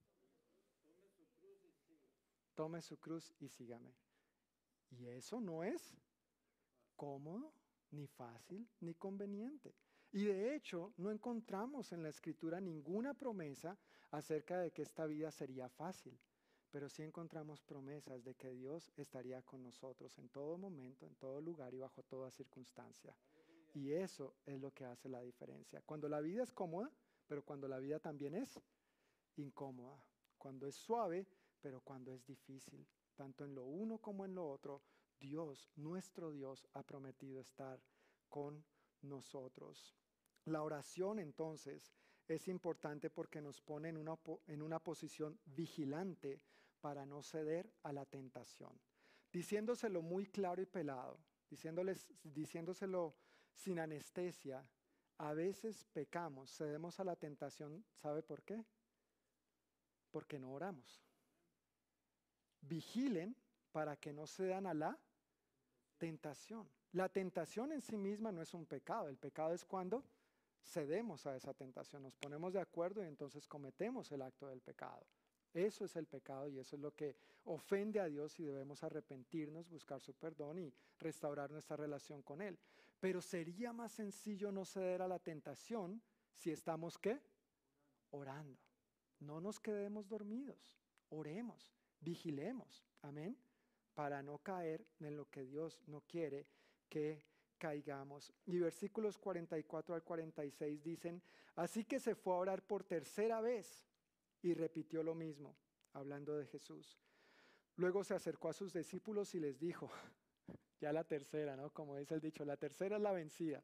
tome su cruz y sígame. Y eso no es cómodo, ni fácil, ni conveniente. Y de hecho, no encontramos en la Escritura ninguna promesa acerca de que esta vida sería fácil. Pero sí encontramos promesas de que Dios estaría con nosotros en todo momento, en todo lugar y bajo toda circunstancia. Y eso es lo que hace la diferencia. Cuando la vida es cómoda, pero cuando la vida también es incómoda. Cuando es suave, pero cuando es difícil. Tanto en lo uno como en lo otro, Dios, nuestro Dios, ha prometido estar con nosotros. La oración, entonces, es importante porque nos pone en una posición vigilante para no ceder a la tentación. Diciéndoselo muy claro y pelado, diciéndoselo sin anestesia, a veces pecamos, cedemos a la tentación. ¿Sabe por qué? Porque no oramos. Vigilen para que no cedan a la tentación. La tentación en sí misma no es un pecado. El pecado es cuando cedemos a esa tentación, nos ponemos de acuerdo y entonces cometemos el acto del pecado. Eso es el pecado y eso es lo que ofende a Dios y debemos arrepentirnos, buscar su perdón y restaurar nuestra relación con Él. Pero sería más sencillo no ceder a la tentación si estamos, ¿qué? Orando. No nos quedemos dormidos, oremos, vigilemos, amén, para no caer en lo que Dios no quiere que caigamos. Y versículos 44 al 46 dicen: así que se fue a orar por tercera vez y repitió lo mismo, hablando de Jesús. Luego se acercó a sus discípulos y les dijo, ya la tercera, ¿no? Como dice el dicho, la tercera es la vencida.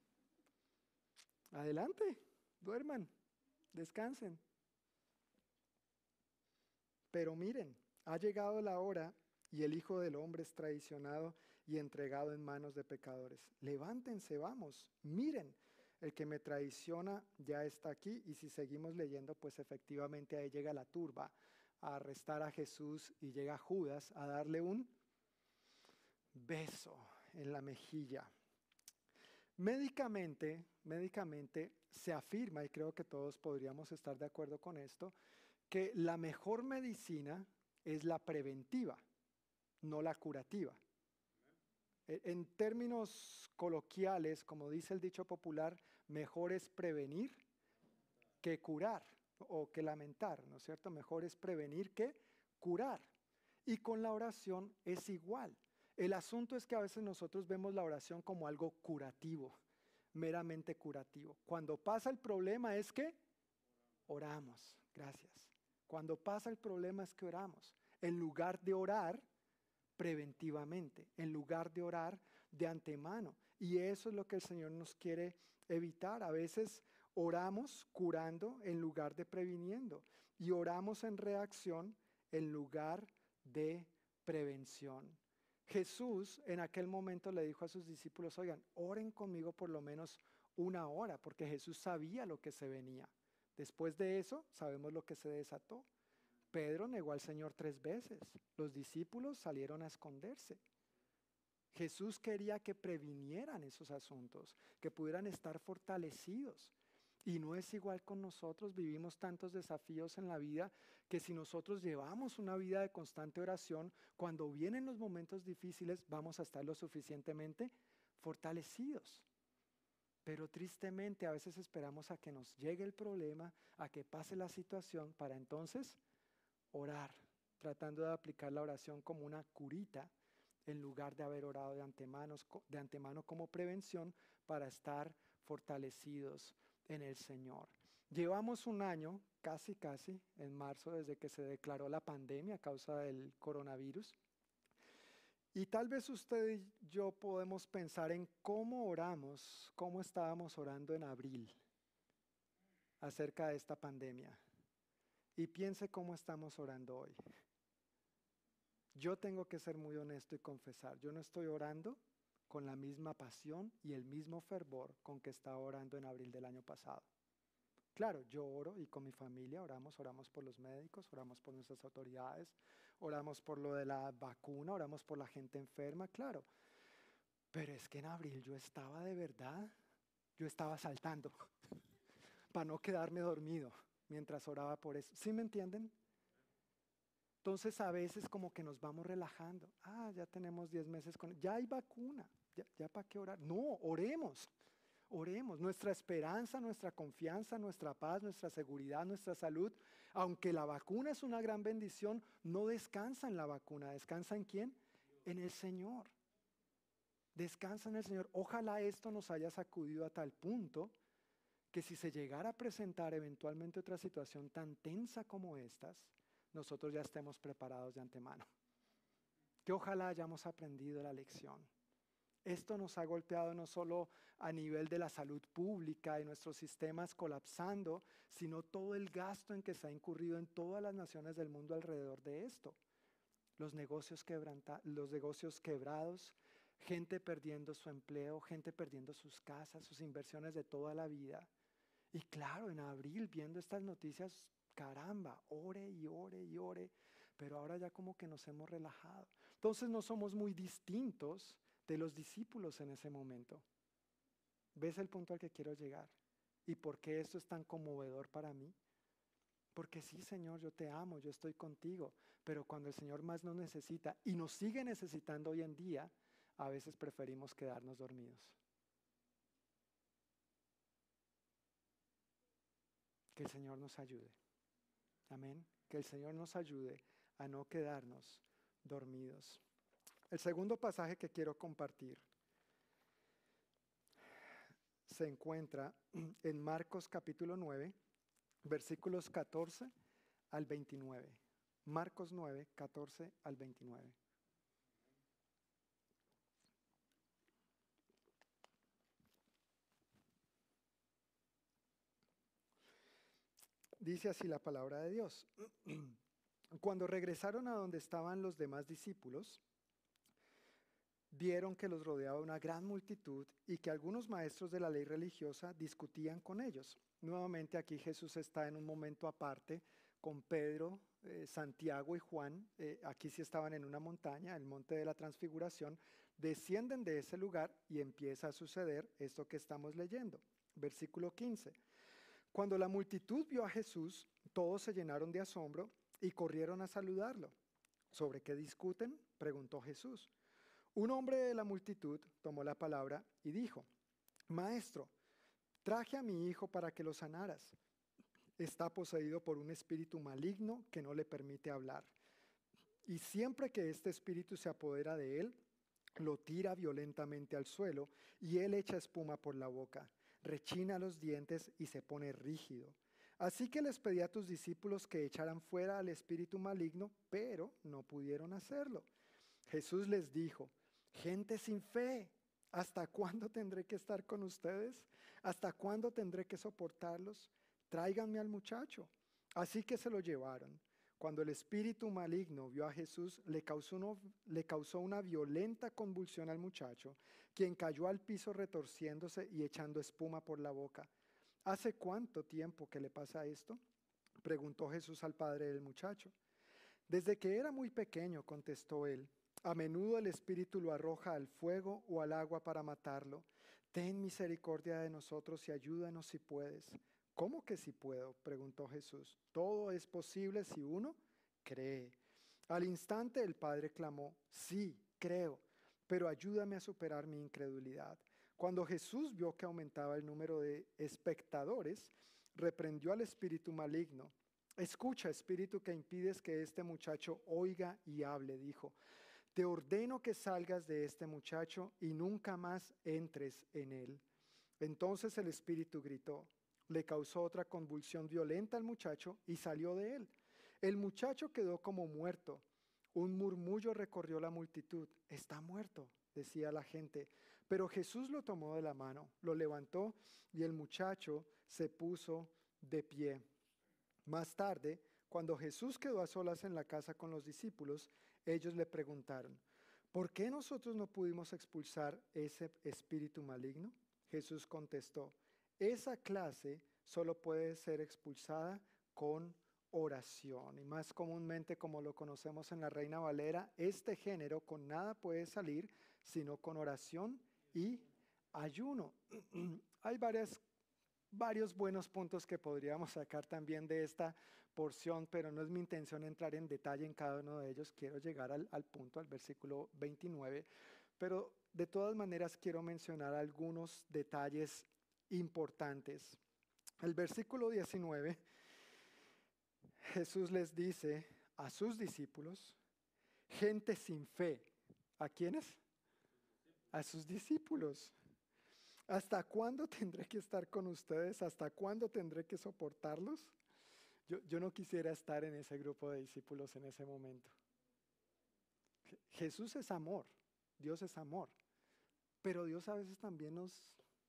Adelante, duerman, descansen. Pero miren, ha llegado la hora y el Hijo del Hombre es traicionado y entregado en manos de pecadores. Levántense, vamos, miren, el que me traiciona ya está aquí. Y si seguimos leyendo, pues efectivamente ahí llega la turba a arrestar a Jesús y llega Judas a darle un beso en la mejilla. Médicamente se afirma, y creo que todos podríamos estar de acuerdo con esto, que la mejor medicina es la preventiva, no la curativa. En términos coloquiales, como dice el dicho popular, mejor es prevenir que curar o que lamentar, ¿no es cierto? Mejor es prevenir que curar. Y con la oración es igual. El asunto es que a veces nosotros vemos la oración como algo curativo, meramente curativo. Cuando pasa el problema es que oramos. Gracias. Cuando pasa el problema es que oramos. En lugar de orar preventivamente, en lugar de orar de antemano. Y eso es lo que el Señor nos quiere evitar. A veces oramos curando en lugar de previniendo. Y oramos en reacción en lugar de prevención. Jesús en aquel momento le dijo a sus discípulos, oigan, oren conmigo por lo menos una hora, porque Jesús sabía lo que se venía. Después de eso, sabemos lo que se desató. Pedro negó al Señor 3 veces. Los discípulos salieron a esconderse. Jesús quería que previnieran esos asuntos, que pudieran estar fortalecidos. Y no es igual con nosotros, vivimos tantos desafíos en la vida que si nosotros llevamos una vida de constante oración, cuando vienen los momentos difíciles vamos a estar lo suficientemente fortalecidos. Pero tristemente a veces esperamos a que nos llegue el problema, a que pase la situación para entonces orar, tratando de aplicar la oración como una curita en lugar de haber orado de antemano como prevención para estar fortalecidos en el Señor. Llevamos un año, casi, en marzo, desde que se declaró la pandemia a causa del coronavirus. Y tal vez usted y yo podemos pensar en cómo oramos, cómo estábamos orando en abril acerca de esta pandemia. Y piense cómo estamos orando hoy. Yo tengo que ser muy honesto y confesar, yo no estoy orando con la misma pasión y el mismo fervor con que estaba orando en abril del año pasado. Claro, yo oro y con mi familia oramos por los médicos, oramos por nuestras autoridades, oramos por lo de la vacuna, oramos por la gente enferma, claro. Pero es que en abril yo estaba de verdad, yo estaba saltando para no quedarme dormido mientras oraba por eso. ¿Sí me entienden? Entonces a veces como que nos vamos relajando. Ya tenemos 10 meses ya hay vacuna, ya para qué orar. No, oremos. Oremos, nuestra esperanza, nuestra confianza, nuestra paz, nuestra seguridad, nuestra salud, aunque la vacuna es una gran bendición, no descansa en la vacuna, ¿descansa en quién? En el Señor. Descansa en el Señor. Ojalá esto nos haya sacudido a tal punto que si se llegara a presentar eventualmente otra situación tan tensa como estas, nosotros ya estemos preparados de antemano. Que ojalá hayamos aprendido la lección. Esto nos ha golpeado no solo a nivel de la salud pública y nuestros sistemas colapsando, sino todo el gasto en que se ha incurrido en todas las naciones del mundo alrededor de esto. Los negocios quebrados, gente perdiendo su empleo, gente perdiendo sus casas, sus inversiones de toda la vida. Y claro, en abril viendo estas noticias, caramba, ore y ore y ore, pero ahora ya como que nos hemos relajado. Entonces no somos muy distintos de los discípulos en ese momento. ¿Ves el punto al que quiero llegar? ¿Y por qué esto es tan conmovedor para mí? Porque sí, Señor, yo te amo, yo estoy contigo, pero cuando el Señor más nos necesita y nos sigue necesitando hoy en día, a veces preferimos quedarnos dormidos. Que el Señor nos ayude. Amén. Que el Señor nos ayude a no quedarnos dormidos. El segundo pasaje que quiero compartir se encuentra en Marcos capítulo 9, versículos 14 al 29. Marcos 9, 14 al 29. Dice así la palabra de Dios. Cuando regresaron a donde estaban los demás discípulos, vieron que los rodeaba una gran multitud y que algunos maestros de la ley religiosa discutían con ellos. Nuevamente aquí Jesús está en un momento aparte con Pedro, Santiago y Juan. Aquí sí estaban en una montaña, el monte de la Transfiguración. Descienden de ese lugar y empieza a suceder esto que estamos leyendo. Versículo 15. Cuando la multitud vio a Jesús, todos se llenaron de asombro y corrieron a saludarlo. ¿Sobre qué discuten?, preguntó Jesús. Un hombre de la multitud tomó la palabra y dijo: Maestro, traje a mi hijo para que lo sanaras. Está poseído por un espíritu maligno que no le permite hablar. Y siempre que este espíritu se apodera de él, lo tira violentamente al suelo y él echa espuma por la boca, rechina los dientes y se pone rígido. Así que les pedí a tus discípulos que echaran fuera al espíritu maligno, pero no pudieron hacerlo. Jesús les dijo: gente sin fe, ¿hasta cuándo tendré que estar con ustedes? ¿Hasta cuándo tendré que soportarlos? Tráiganme al muchacho. Así que se lo llevaron. Cuando el espíritu maligno vio a Jesús, le causó una violenta convulsión al muchacho, quien cayó al piso retorciéndose y echando espuma por la boca. ¿Hace cuánto tiempo que le pasa esto?, preguntó Jesús al padre del muchacho. Desde que era muy pequeño, contestó él. A menudo el espíritu lo arroja al fuego o al agua para matarlo. Ten misericordia de nosotros y ayúdanos si puedes. ¿Cómo que si puedo?, preguntó Jesús. Todo es posible si uno cree. Al instante el padre clamó: sí, creo, pero ayúdame a superar mi incredulidad. Cuando Jesús vio que aumentaba el número de espectadores, reprendió al espíritu maligno. Escucha, espíritu que impides que este muchacho oiga y hable, dijo. Te ordeno que salgas de este muchacho y nunca más entres en él. Entonces el espíritu gritó, le causó otra convulsión violenta al muchacho y salió de él. El muchacho quedó como muerto. Un murmullo recorrió la multitud. Está muerto, decía la gente. Pero Jesús lo tomó de la mano, lo levantó y el muchacho se puso de pie. Más tarde, cuando Jesús quedó a solas en la casa con los discípulos, Ellos le preguntaron, ¿por qué nosotros no pudimos expulsar ese espíritu maligno? Jesús contestó, esa clase solo puede ser expulsada con oración. Y más comúnmente, como lo conocemos en la Reina Valera, este género con nada puede salir sino con oración y ayuno. Hay varios buenos puntos que podríamos sacar también de esta porción, pero no es mi intención entrar en detalle en cada uno de ellos. Quiero llegar al punto, al versículo 29, pero de todas maneras quiero mencionar algunos detalles importantes. El versículo 19, Jesús les dice a sus discípulos, gente sin fe. ¿A quiénes? A sus discípulos. ¿Hasta cuándo tendré que estar con ustedes? ¿Hasta cuándo tendré que soportarlos? Yo no quisiera estar en ese grupo de discípulos en ese momento. Jesús es amor, Dios es amor, pero Dios a veces también nos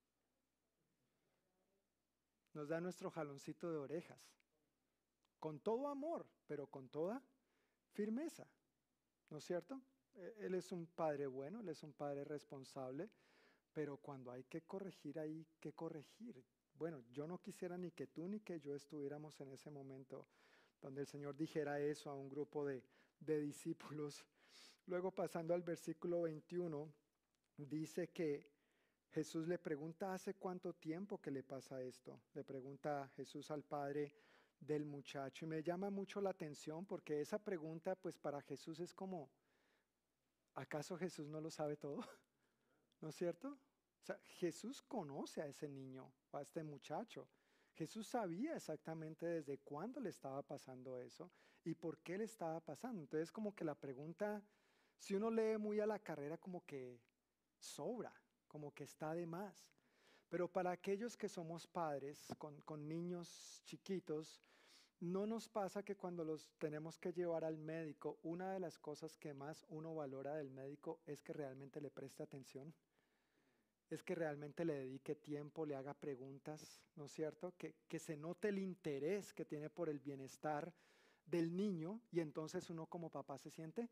da nuestro jaloncito de orejas, con todo amor, pero con toda firmeza, ¿no es cierto? Él es un padre bueno, Él es un padre responsable, pero cuando hay que corregir, hay que corregir. Bueno, yo no quisiera ni que tú ni que yo estuviéramos en ese momento donde el Señor dijera eso a un grupo de discípulos. Luego, pasando al versículo 21, dice que Jesús le pregunta, ¿hace cuánto tiempo que le pasa esto? Le pregunta Jesús al padre del muchacho. Y me llama mucho la atención porque esa pregunta, pues para Jesús es como, ¿acaso Jesús no lo sabe todo? ¿No es cierto? O sea, Jesús conoce a ese niño, o a este muchacho. Jesús sabía exactamente desde cuándo le estaba pasando eso y por qué le estaba pasando. Entonces, como que la pregunta, si uno lee muy a la carrera, como que sobra, como que está de más. Pero para aquellos que somos padres con niños chiquitos, no nos pasa que cuando los tenemos que llevar al médico, una de las cosas que más uno valora del médico es que realmente le preste atención. Es que realmente le dedique tiempo, le haga preguntas, ¿no es cierto? Que se note el interés que tiene por el bienestar del niño y entonces uno como papá se siente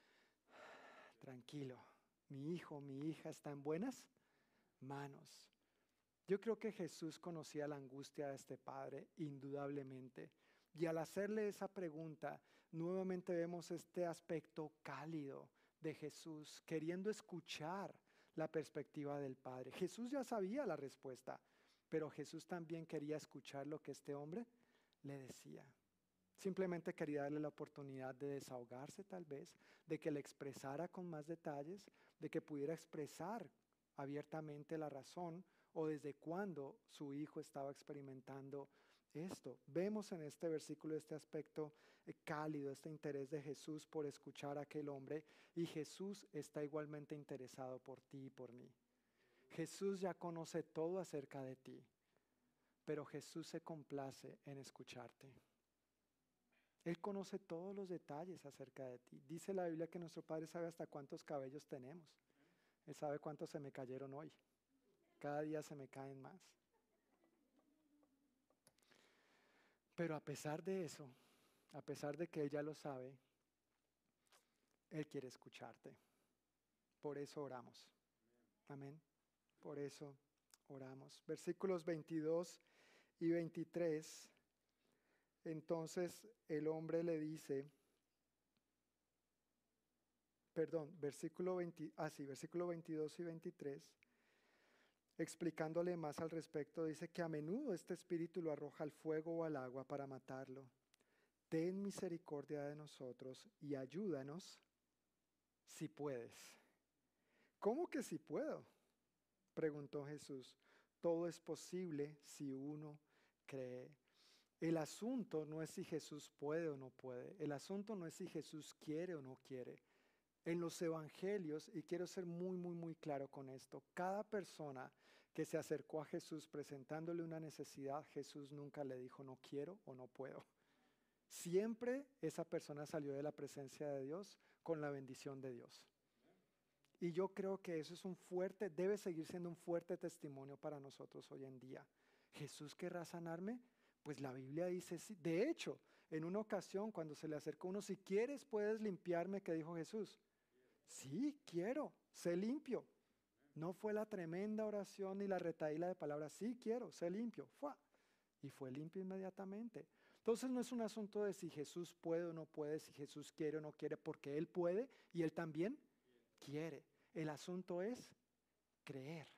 tranquilo. Mi hijo, mi hija está en buenas manos. Yo creo que Jesús conocía la angustia de este padre, indudablemente. Y al hacerle esa pregunta, nuevamente vemos este aspecto cálido de Jesús, queriendo escuchar la perspectiva del Padre. Jesús ya sabía la respuesta, pero Jesús también quería escuchar lo que este hombre le decía. Simplemente quería darle la oportunidad de desahogarse tal vez, de que le expresara con más detalles, de que pudiera expresar abiertamente la razón o desde cuándo su hijo estaba experimentando esto. Vemos en este versículo este aspecto cálido, este interés de Jesús por escuchar a aquel hombre, y Jesús está igualmente interesado por ti y por mí. Jesús ya conoce todo acerca de ti, pero Jesús se complace en escucharte. Él conoce todos los detalles acerca de ti. Dice la Biblia que nuestro Padre sabe hasta cuántos cabellos tenemos. Él sabe cuántos se me cayeron hoy. Cada día se me caen más. Pero a pesar de eso, a pesar de que Él ya lo sabe, Él quiere escucharte. Por eso oramos. Amén. Por eso oramos. Versículos 22 y 23. Entonces el hombre le dice, versículo 22 y 23, explicándole más al respecto, dice que a menudo este espíritu lo arroja al fuego o al agua para matarlo. Ten misericordia de nosotros y ayúdanos si puedes. ¿Cómo que si puedo? Preguntó Jesús. Todo es posible si uno cree. El asunto no es si Jesús puede o no puede. El asunto no es si Jesús quiere o no quiere. En los evangelios, y quiero ser muy claro con esto, cada persona que se acercó a Jesús presentándole una necesidad, Jesús nunca le dijo no quiero o no puedo. Siempre esa persona salió de la presencia de Dios con la bendición de Dios. Y yo creo que eso es debe seguir siendo un fuerte testimonio para nosotros hoy en día. ¿Jesús querrá sanarme? Pues la Biblia dice sí. De hecho, En una ocasión, cuando se le acercó uno, si quieres puedes limpiarme, ¿qué dijo Jesús? Sí, quiero, sé limpio. No fue la tremenda oración ni la retahíla de palabras, sí quiero, sé limpio. ¡Fua! Y fue limpio inmediatamente. Entonces no es un asunto de si Jesús puede o no puede, si Jesús quiere o no quiere, porque Él puede y Él también quiere. El asunto es creer.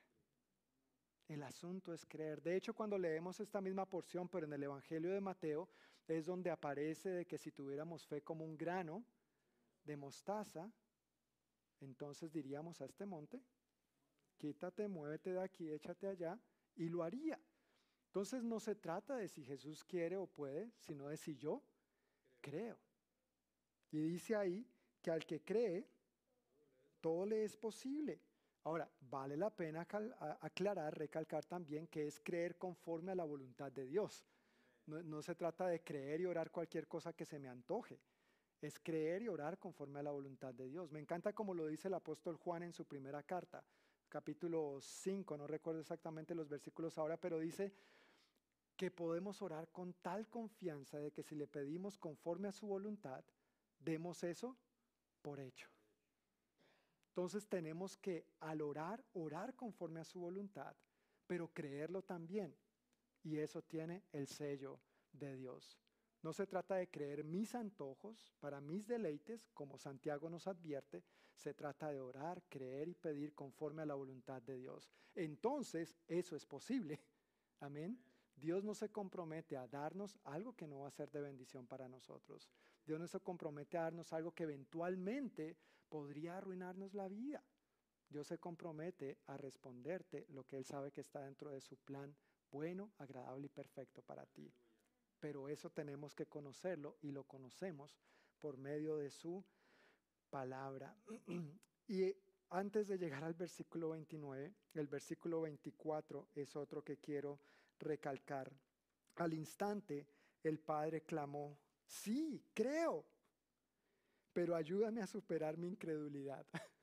El asunto es creer. De hecho, cuando leemos esta misma porción, pero en el Evangelio de Mateo, es donde aparece de que si tuviéramos fe como un grano de mostaza, entonces diríamos a este monte, quítate, muévete de aquí, échate allá, y lo haría. Entonces no se trata de si Jesús quiere o puede, sino de si yo creo. Y dice ahí que al que cree, todo le es posible. Ahora, vale la pena aclarar, recalcar también que es creer conforme a la voluntad de Dios. No se trata de creer y orar cualquier cosa que se me antoje. Es creer y orar conforme a la voluntad de Dios. Me encanta como lo dice el apóstol Juan en su primera carta, capítulo 5, no recuerdo exactamente los versículos ahora, pero dice que podemos orar con tal confianza de que si le pedimos conforme a su voluntad, demos eso por hecho. Entonces tenemos que al orar conforme a su voluntad, pero creerlo también. Y eso tiene el sello de Dios. No se trata de creer mis antojos para mis deleites, como Santiago nos advierte. Se trata de orar, creer y pedir conforme a la voluntad de Dios. Entonces eso es posible. Amén. Dios no se compromete a darnos algo que no va a ser de bendición para nosotros. Dios no se compromete a darnos algo que eventualmente podría arruinarnos la vida. Dios se compromete a responderte lo que Él sabe que está dentro de su plan bueno, agradable y perfecto para ti. Pero eso tenemos que conocerlo y lo conocemos por medio de su palabra. Y antes de llegar al versículo 29, el versículo 24 es otro que quiero recalcar. Al instante el padre clamó, sí, creo, pero ayúdame a superar mi incredulidad.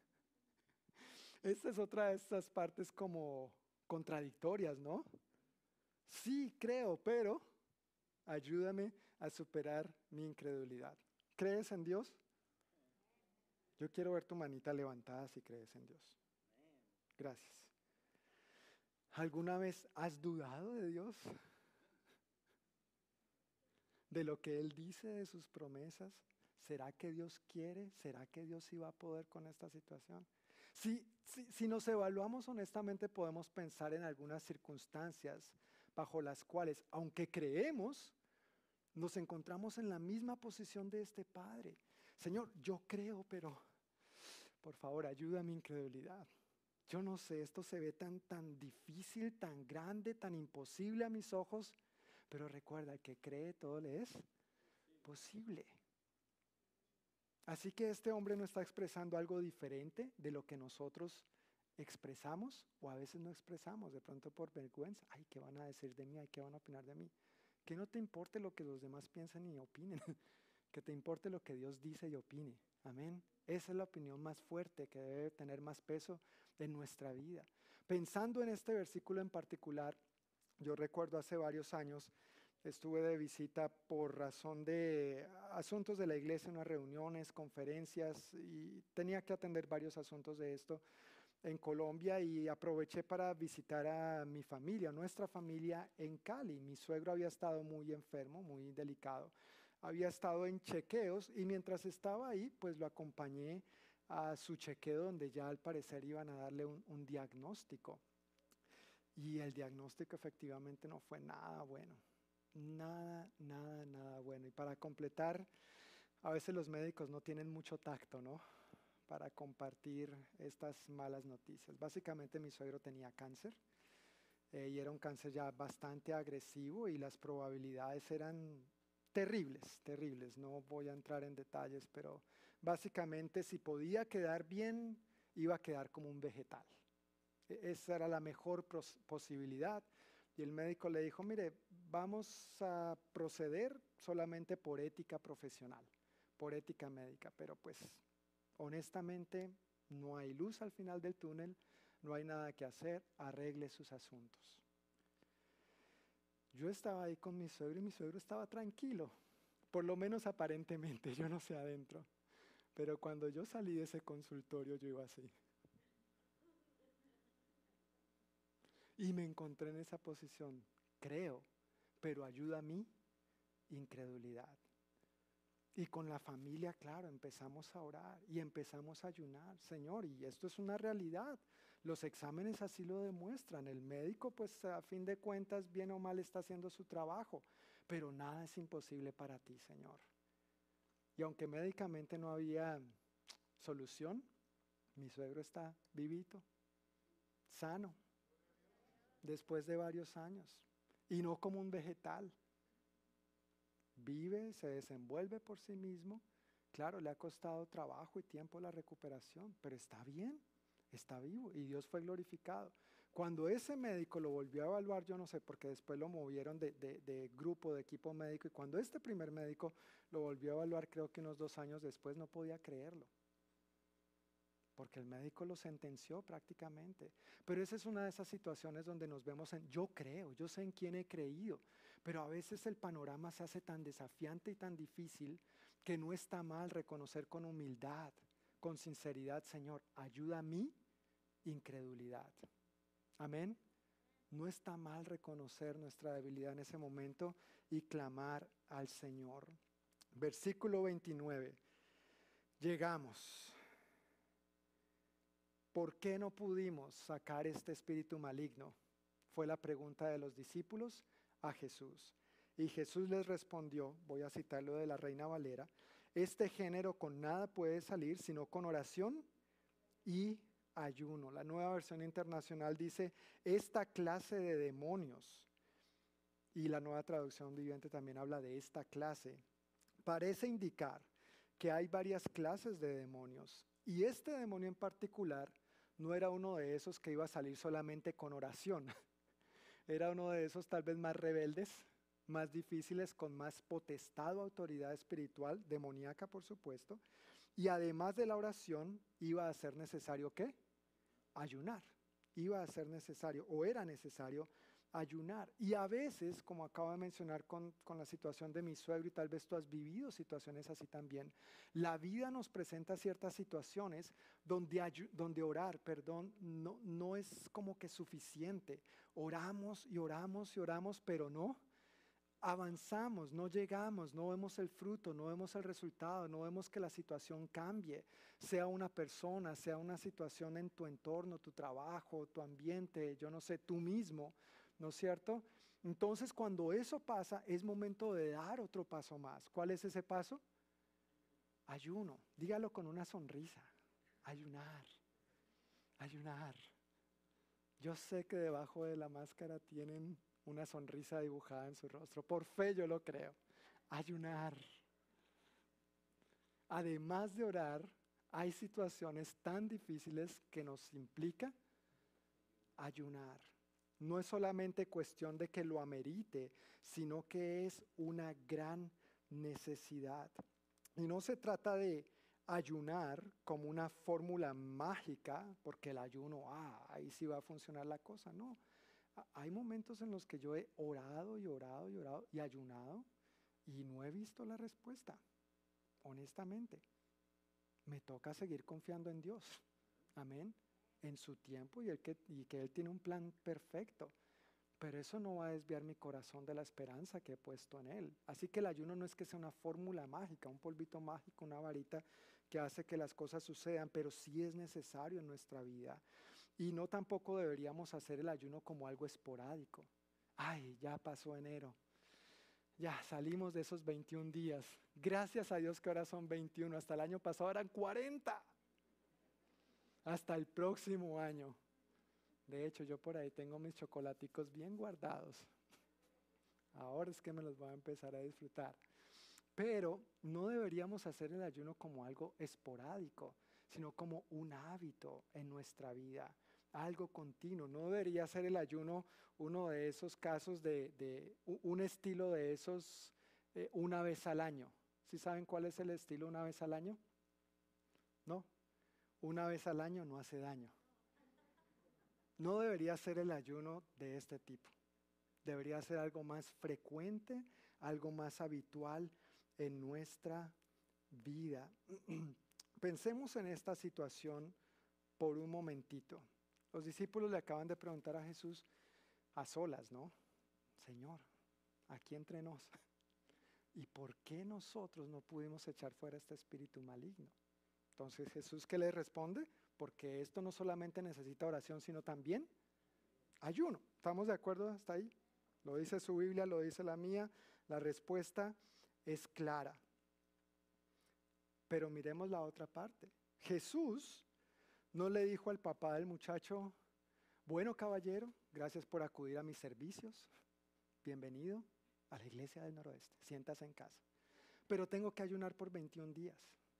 Esta es otra de estas partes como contradictorias, ¿no? Sí, creo, pero ayúdame a superar mi incredulidad. ¿Crees en Dios? Yo quiero ver tu manita levantada si crees en Dios. Gracias. ¿Alguna vez has dudado de Dios? ¿De lo que Él dice, de sus promesas? ¿Será que Dios quiere? ¿Será que Dios sí va a poder con esta situación? Si nos evaluamos honestamente, podemos pensar en algunas circunstancias bajo las cuales, aunque creemos, nos encontramos en la misma posición de este padre. Señor, yo creo, pero por favor, ayuda a mi incredulidad. Yo no sé, esto se ve tan difícil, tan grande, tan imposible a mis ojos, pero recuerda, el que cree todo le es posible. Así que este hombre no está expresando algo diferente de lo que nosotros expresamos o a veces no expresamos, de pronto por vergüenza. Ay, ¿qué van a decir de mí? Ay, ¿qué van a opinar de mí? Que no te importe lo que los demás piensen y opinen, que te importe lo que Dios dice y opine. Amén. Esa es la opinión más fuerte que debe tener más peso en nuestra vida. Pensando en este versículo en particular, yo recuerdo hace varios años, estuve de visita por razón de asuntos de la iglesia, unas reuniones, conferencias, y tenía que atender varios asuntos de esto en Colombia y aproveché para visitar a mi familia, nuestra familia en Cali. Mi suegro había estado muy enfermo, muy delicado. Había estado en chequeos y mientras estaba ahí, pues lo acompañé a su chequeo donde ya al parecer iban a darle un diagnóstico. Y el diagnóstico efectivamente no fue nada bueno. Nada bueno. Y para completar, a veces los médicos no tienen mucho tacto, ¿no? Para compartir estas malas noticias. Básicamente mi suegro tenía cáncer y era un cáncer ya bastante agresivo y las probabilidades eran terribles. No voy a entrar en detalles, pero básicamente si podía quedar bien, iba a quedar como un vegetal. Esa era la mejor posibilidad. Y el médico le dijo, mire, vamos a proceder solamente por ética profesional, por ética médica, pero pues honestamente no hay luz al final del túnel, no hay nada que hacer, arregle sus asuntos. Yo estaba ahí con mi suegro y mi suegro estaba tranquilo, Por lo menos aparentemente, yo no sé adentro. Pero cuando yo salí de ese consultorio, yo iba así. Y me encontré en esa posición. Creo, pero ayuda a mi incredulidad. Y con la familia, claro, empezamos a orar y empezamos a ayunar. Señor, y esto es una realidad. Los exámenes así lo demuestran. El médico, pues a fin de cuentas, bien o mal está haciendo su trabajo. Pero nada es imposible para ti, Señor. Y aunque médicamente no había solución, mi suegro está vivito, sano, después de varios años. Y no como un vegetal. Vive, se desenvuelve por sí mismo. Claro, le ha costado trabajo y tiempo la recuperación, pero está bien, está vivo y Dios fue glorificado. Cuando ese médico lo volvió a evaluar, yo no sé, porque después lo movieron de grupo, de equipo médico, y cuando este primer médico lo volvió a evaluar, creo que unos 2 años después, no podía creerlo. Porque el médico lo sentenció prácticamente. Pero esa es una de esas situaciones donde nos vemos en, yo creo, yo sé en quién he creído, pero a veces el panorama se hace tan desafiante y tan difícil que no está mal reconocer con humildad, con sinceridad, Señor, ayuda a mi incredulidad. Amén. No está mal reconocer nuestra debilidad en ese momento y clamar al Señor. Versículo 29. Llegamos. ¿Por qué no pudimos sacar este espíritu maligno? Fue la pregunta de los discípulos a Jesús. Y Jesús les respondió, voy a citarlo de la Reina Valera, este género con nada puede salir sino con oración y ayuno. La Nueva Versión Internacional dice, esta clase de demonios, y la Nueva Traducción Viviente también habla de esta clase, parece indicar que hay varias clases de demonios. Y este demonio en particular no era uno de esos que iba a salir solamente con oración. Era uno de esos tal vez más rebeldes, más difíciles, con más potestad o autoridad espiritual, demoníaca por supuesto. Y además de la oración, iba a ser necesario ¿qué? Ayunar. Iba a ser necesario o era necesario ayunar. Y a veces, como acabo de mencionar con la situación de mi suegro, y tal vez tú has vivido situaciones así también, la vida nos presenta ciertas situaciones donde orar, no es como que suficiente. Oramos y oramos y oramos, pero no avanzamos, no llegamos, no vemos el fruto, no vemos el resultado, no vemos que la situación cambie, sea una persona, sea una situación en tu entorno, tu trabajo, tu ambiente, yo no sé, tú mismo, ¿no es cierto? Entonces, cuando eso pasa, es momento de dar otro paso más. ¿Cuál es ese paso? Ayuno. Dígalo con una sonrisa. Ayunar. Ayunar. Yo sé que debajo de la máscara tienen una sonrisa dibujada en su rostro. Por fe yo lo creo. Ayunar. Además de orar, hay situaciones tan difíciles que nos implica ayunar. No es solamente cuestión de que lo amerite, sino que es una gran necesidad. Y no se trata de ayunar como una fórmula mágica, porque el ayuno, ahí sí va a funcionar la cosa. No, hay momentos en los que yo he orado y orado y orado y ayunado y no he visto la respuesta, honestamente. Me toca seguir confiando en Dios, amén, en su tiempo y que Él tiene un plan perfecto. Pero eso no va a desviar mi corazón de la esperanza que he puesto en Él. Así que el ayuno no es que sea una fórmula mágica, un polvito mágico, una varita que hace que las cosas sucedan, pero sí es necesario en nuestra vida. Y no tampoco deberíamos hacer el ayuno como algo esporádico. Ay, ya pasó enero. Ya salimos de esos 21 días. Gracias a Dios que ahora son 21. Hasta el año pasado eran 40. Hasta el próximo año. De hecho, yo por ahí tengo mis chocolaticos bien guardados. Ahora es que me los voy a empezar a disfrutar. Pero no deberíamos hacer el ayuno como algo esporádico, sino como un hábito en nuestra vida, algo continuo. No debería ser el ayuno uno de esos casos un estilo de esos una vez al año. ¿Sí saben cuál es el estilo una vez al año? No, una vez al año no hace daño. No debería ser el ayuno de este tipo. Debería ser algo más frecuente, algo más habitual en nuestra vida. Pensemos en esta situación por un momentito. Los discípulos le acaban de preguntar a Jesús a solas, ¿no? Señor, aquí entre nos, ¿y por qué nosotros no pudimos echar fuera este espíritu maligno? Entonces Jesús, ¿qué le responde? Porque esto no solamente necesita oración, sino también ayuno. ¿Estamos de acuerdo hasta ahí? Lo dice su Biblia, lo dice la mía. La respuesta es clara. Pero miremos la otra parte. Jesús no le dijo al papá del muchacho: bueno, caballero, gracias por acudir a mis servicios. Bienvenido a la iglesia del noroeste. Siéntase en casa. Pero tengo que ayunar por 21 días.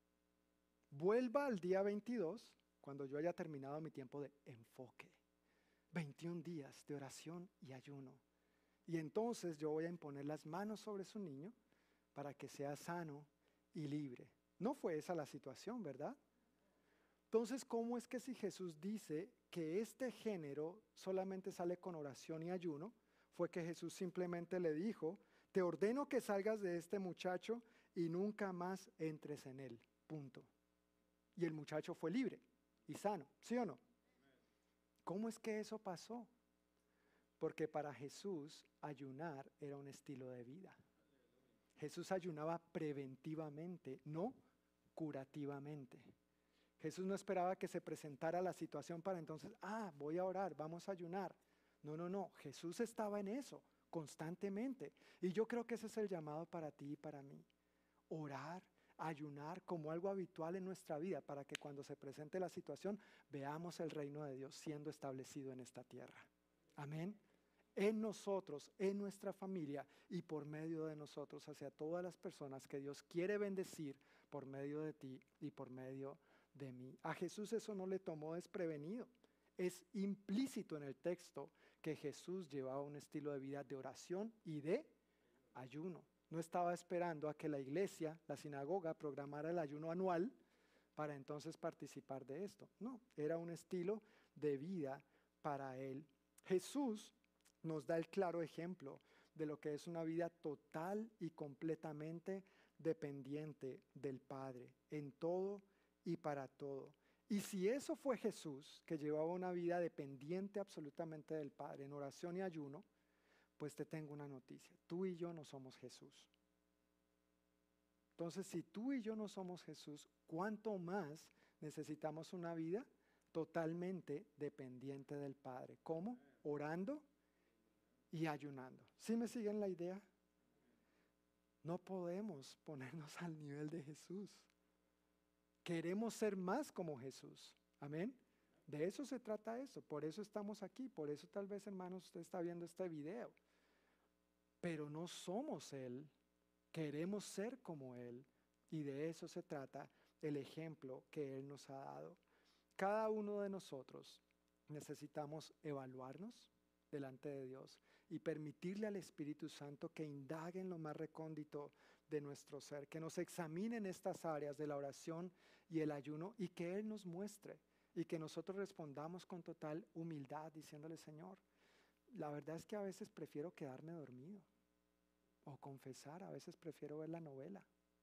Vuelva al día 22 cuando yo haya terminado mi tiempo de enfoque. 21 días de oración y ayuno. Y entonces yo voy a imponer las manos sobre su niño para que sea sano y libre. No fue esa la situación, ¿verdad? Entonces, ¿cómo es que si Jesús dice que este género solamente sale con oración y ayuno, fue que Jesús simplemente le dijo: te ordeno que salgas de este muchacho y nunca más entres en él, punto? Y el muchacho fue libre y sano, ¿sí o no? ¿Cómo es que eso pasó? Porque para Jesús ayunar era un estilo de vida. Jesús ayunaba preventivamente, no curativamente. Jesús no esperaba que se presentara la situación para entonces, voy a orar, vamos a ayunar. No, Jesús estaba en eso constantemente. Y yo creo que ese es el llamado para ti y para mí. Orar, ayunar como algo habitual en nuestra vida para que cuando se presente la situación veamos el reino de Dios siendo establecido en esta tierra. Amén. En nosotros, en nuestra familia y por medio de nosotros hacia todas las personas que Dios quiere bendecir por medio de ti y por medio de mí. A Jesús eso no le tomó desprevenido. Es implícito en el texto que Jesús llevaba un estilo de vida de oración y de ayuno. No estaba esperando a que la iglesia, la sinagoga, programara el ayuno anual para entonces participar de esto. No, era un estilo de vida para él. Jesús nos da el claro ejemplo de lo que es una vida total y completamente dependiente del Padre, en todo y para todo. Y si eso fue Jesús, que llevaba una vida dependiente absolutamente del Padre, en oración y ayuno, pues te tengo una noticia: tú y yo no somos Jesús. Entonces, si tú y yo no somos Jesús, ¿cuánto más necesitamos una vida totalmente dependiente del Padre? ¿Cómo? Orando y ayunando. ¿Sí me siguen la idea? No podemos ponernos al nivel de Jesús. Queremos ser más como Jesús. Amén. De eso se trata eso. Por eso estamos aquí. Por eso tal vez, hermanos, usted está viendo este video. Pero no somos Él. Queremos ser como Él. Y de eso se trata el ejemplo que Él nos ha dado. Cada uno de nosotros necesitamos evaluarnos delante de Dios y permitirle al Espíritu Santo que indague en lo más recóndito de nuestro ser, que nos examine en estas áreas de la oración y el ayuno y que Él nos muestre y que nosotros respondamos con total humildad diciéndole: Señor, la verdad es que a veces prefiero quedarme dormido o confesar, a veces prefiero ver la novela,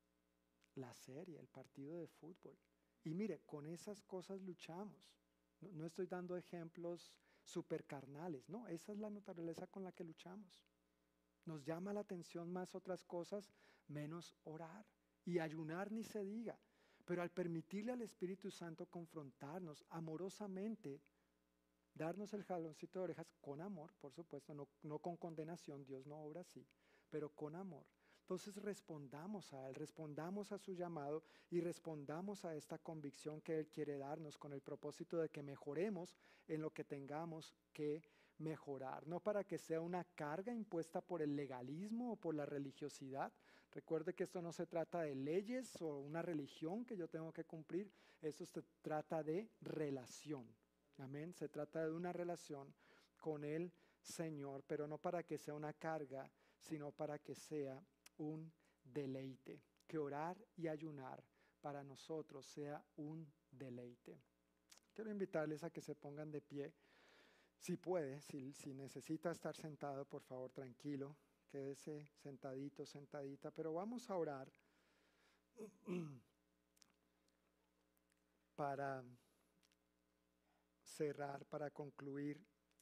la serie, el partido de fútbol. Y mire, con esas cosas luchamos. No estoy dando ejemplos super carnales, no, esa es la naturaleza con la que luchamos. Nos llama la atención más otras cosas, menos orar. Y ayunar ni se diga. Pero al permitirle al Espíritu Santo confrontarnos amorosamente, darnos el jaloncito de orejas con amor, por supuesto, no con condenación, Dios no obra así, pero con amor. Entonces respondamos a Él, respondamos a su llamado y respondamos a esta convicción que Él quiere darnos con el propósito de que mejoremos en lo que tengamos que mejorar. No para que sea una carga impuesta por el legalismo o por la religiosidad. Recuerde que esto no se trata de leyes o una religión que yo tengo que cumplir. Esto se trata de relación. Amén. Se trata de una relación con el Señor, pero no para que sea una carga, sino para que sea un deleite, que orar y ayunar para nosotros sea un deleite. Quiero invitarles a que se pongan de pie, si puede, si necesita estar sentado, por favor, tranquilo, quédese sentadito, sentadita, pero vamos a orar para cerrar, para concluir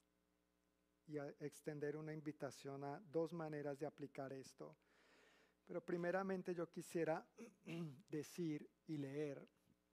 y extender una invitación a dos maneras de aplicar esto. Pero primeramente yo quisiera decir y leer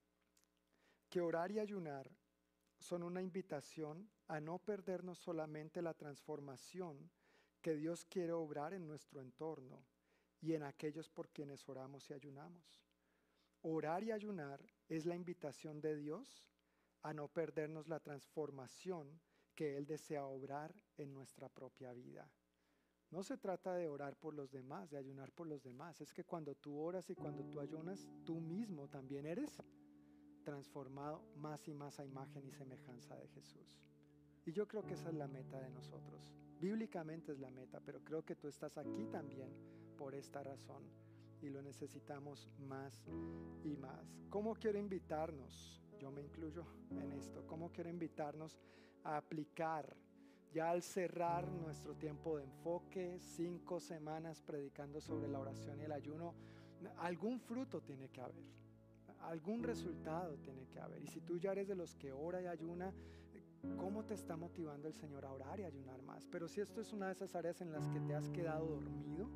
que orar y ayunar son una invitación a no perdernos solamente la transformación que Dios quiere obrar en nuestro entorno y en aquellos por quienes oramos y ayunamos. Orar y ayunar es la invitación de Dios a no perdernos la transformación que Él desea obrar en nuestra propia vida. No se trata de orar por los demás, de ayunar por los demás. Es que cuando tú oras y cuando tú ayunas, tú mismo también eres transformado más y más a imagen y semejanza de Jesús. Y yo creo que esa es la meta de nosotros. Bíblicamente es la meta, pero creo que tú estás aquí también por esta razón y lo necesitamos más y más. ¿Cómo quiero invitarnos? Yo me incluyo en esto. ¿Cómo quiero invitarnos a aplicar? Ya al cerrar nuestro tiempo de enfoque, 5 semanas predicando sobre la oración y el ayuno, algún fruto tiene que haber, algún resultado tiene que haber. Y si tú ya eres de los que ora y ayuna, ¿cómo te está motivando el Señor a orar y ayunar más? Pero si esto es una de esas áreas en las que te has quedado dormido,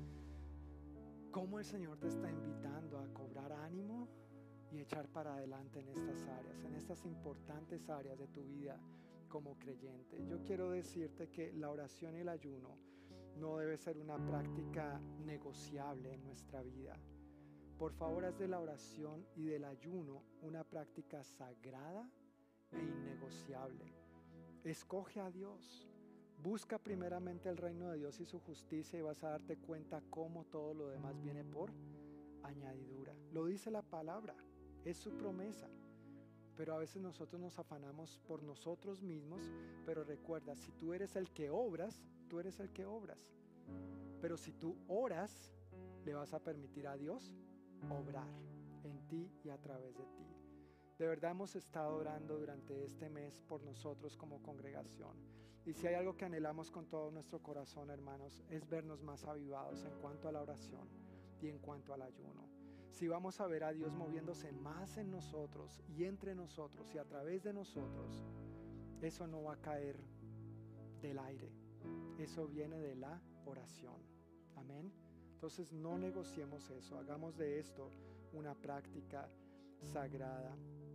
¿cómo el Señor te está invitando a cobrar ánimo y echar para adelante en estas áreas, en estas importantes áreas de tu vida como creyente? Yo quiero decirte que la oración y el ayuno no debe ser una práctica negociable en nuestra vida. Por favor, haz de la oración y del ayuno una práctica sagrada e innegociable. Escoge a Dios. Busca primeramente el reino de Dios y su justicia y vas a darte cuenta cómo todo lo demás viene por añadidura. Lo dice la palabra, es su promesa. Pero a veces nosotros nos afanamos por nosotros mismos, pero recuerda, si tú eres el que obras, tú eres el que obras. Pero si tú oras, le vas a permitir a Dios obrar en ti y a través de ti. De verdad hemos estado orando durante este mes por nosotros como congregación. Y si hay algo que anhelamos con todo nuestro corazón, hermanos, es vernos más avivados en cuanto a la oración y en cuanto al ayuno. Si vamos a ver a Dios moviéndose más en nosotros y entre nosotros y a través de nosotros, eso no va a caer del aire. Eso viene de la oración. Amén. Entonces no negociemos eso. Hagamos de esto una práctica sagrada.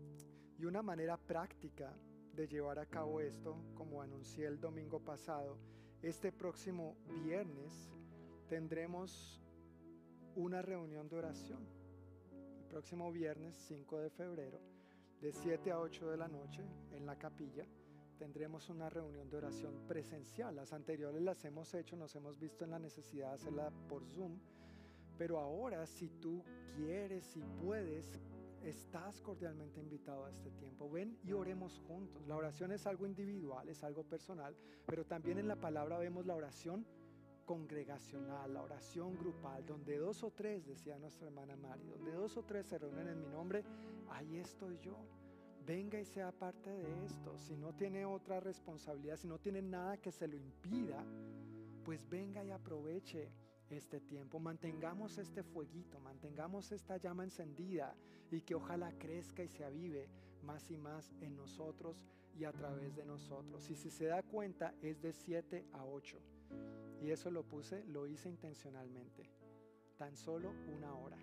Y una manera práctica de llevar a cabo esto, como anuncié el domingo pasado, este próximo viernes tendremos una reunión de oración. El próximo viernes 5 de febrero, de 7 a 8 de la noche, en la capilla, tendremos una reunión de oración presencial. Las anteriores las hemos hecho, nos hemos visto en la necesidad de hacerla por Zoom, pero ahora si tú quieres, si puedes, estás cordialmente invitado a este tiempo. Ven y oremos juntos. La oración es algo individual, es algo personal, pero también en la palabra vemos la oración congregacional, la oración grupal, donde 2 o 3, decía nuestra hermana Mari, donde 2 o 3 se reúnen en mi nombre, ahí estoy yo. Venga y sea parte de esto. Si no tiene otra responsabilidad, si no tiene nada que se lo impida, pues venga y aproveche este tiempo. Mantengamos este fueguito, mantengamos esta llama encendida y que ojalá crezca y se avive más y más en nosotros y a través de nosotros. Y si se da cuenta, es de 7 a 8. Y eso lo hice intencionalmente. Tan solo 1 hora.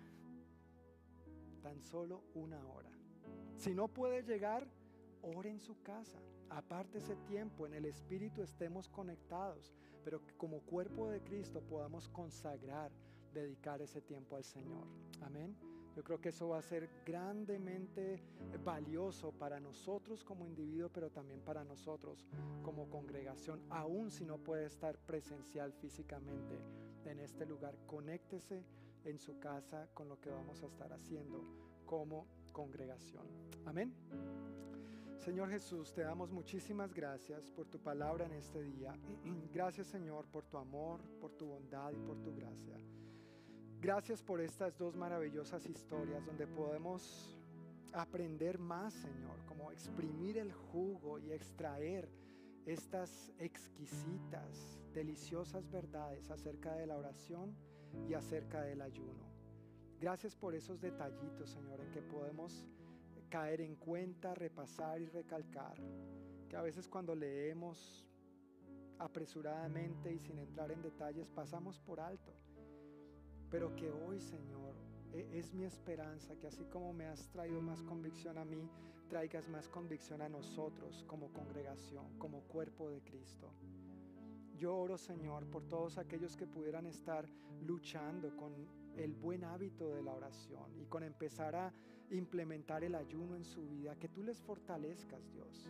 Tan solo 1 hora. Si no puede llegar, ore en su casa. Aparte ese tiempo, en el Espíritu estemos conectados, pero que como cuerpo de Cristo podamos consagrar, dedicar ese tiempo al Señor. Amén. Yo creo que eso va a ser grandemente valioso para nosotros como individuo, pero también para nosotros como congregación, aun si no puede estar presencial físicamente en este lugar. Conéctese en su casa con lo que vamos a estar haciendo como congregación. Amén. Señor Jesús, te damos muchísimas gracias por tu palabra en este día. Gracias, Señor, por tu amor, por tu bondad y por tu gracia. Gracias por estas 2 maravillosas historias donde podemos aprender más, Señor, como exprimir el jugo y extraer estas exquisitas, deliciosas verdades acerca de la oración y acerca del ayuno. Gracias por esos detallitos, Señor, en que podemos caer en cuenta, repasar y recalcar, que a veces cuando leemos apresuradamente y sin entrar en detalles pasamos por alto, pero que hoy, Señor, es mi esperanza que así como me has traído más convicción a mí, traigas más convicción a nosotros como congregación, como cuerpo de Cristo. Yo oro, Señor, por todos aquellos que pudieran estar luchando con el buen hábito de la oración y con empezar a implementar el ayuno en su vida, que tú les fortalezcas, Dios,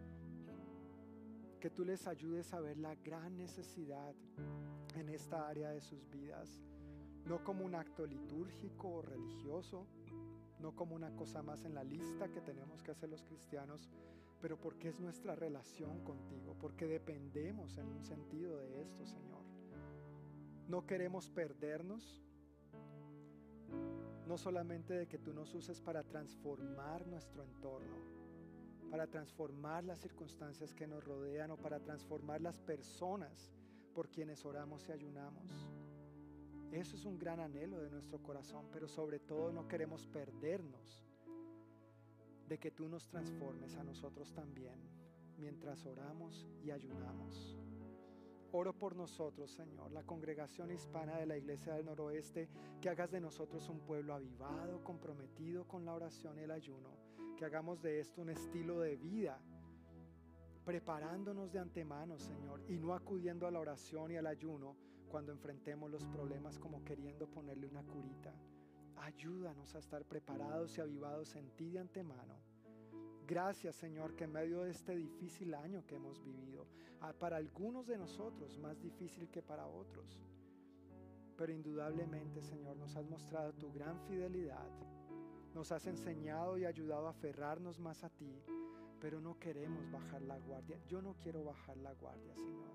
que tú les ayudes a ver la gran necesidad en esta área de sus vidas, no como un acto litúrgico o religioso, no como una cosa más en la lista que tenemos que hacer los cristianos, pero porque es nuestra relación contigo, porque dependemos en un sentido de esto, Señor. No queremos perdernos, no solamente de que tú nos uses para transformar nuestro entorno, para transformar las circunstancias que nos rodean o para transformar las personas por quienes oramos y ayunamos. Eso es un gran anhelo de nuestro corazón, pero sobre todo no queremos perdernos de que tú nos transformes a nosotros también mientras oramos y ayunamos. Oro por nosotros, Señor, la congregación hispana de la Iglesia del Noroeste, que hagas de nosotros un pueblo avivado, comprometido con la oración y el ayuno, que hagamos de esto un estilo de vida, preparándonos de antemano, Señor, y no acudiendo a la oración y al ayuno cuando enfrentemos los problemas como queriendo ponerle una curita. Ayúdanos a estar preparados y avivados en ti de antemano. Gracias, Señor, que en medio de este difícil año que hemos vivido, para algunos de nosotros más difícil que para otros, pero indudablemente, Señor, nos has mostrado tu gran fidelidad, nos has enseñado y ayudado a aferrarnos más a ti, pero no queremos bajar la guardia. Yo no quiero bajar la guardia, Señor.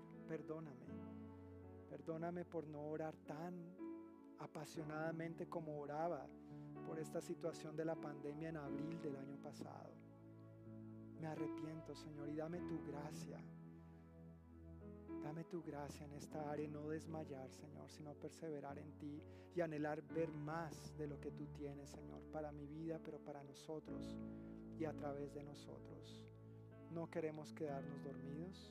Perdóname por no orar tan apasionadamente como oraba por esta situación de la pandemia en abril del año pasado. Me arrepiento, Señor, y dame tu gracia. Dame tu gracia en esta área y no desmayar, Señor, sino perseverar en ti y anhelar ver más de lo que tú tienes, Señor, para mi vida, pero para nosotros y a través de nosotros. No queremos quedarnos dormidos.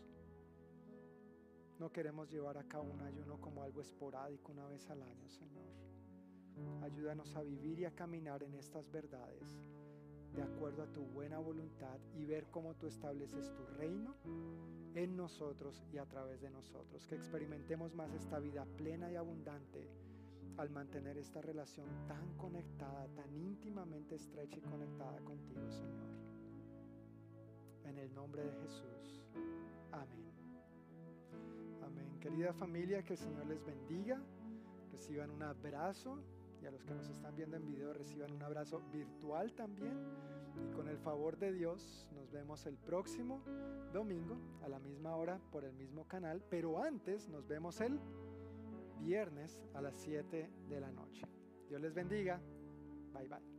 No queremos llevar a cabo un ayuno como algo esporádico una vez al año, Señor. Ayúdanos a vivir y a caminar en estas verdades de acuerdo a tu buena voluntad y ver cómo tú estableces tu reino en nosotros y a través de nosotros. Que experimentemos más esta vida plena y abundante al mantener esta relación tan conectada, tan íntimamente estrecha y conectada contigo, Señor. En el nombre de Jesús. Amén. Amén. Querida familia, que el Señor les bendiga. Reciban un abrazo. Y a los que nos están viendo en video, reciban un abrazo virtual también. Y con el favor de Dios, nos vemos el próximo domingo a la misma hora por el mismo canal. Pero antes nos vemos el viernes a las 7 de la noche. Dios les bendiga. Bye bye.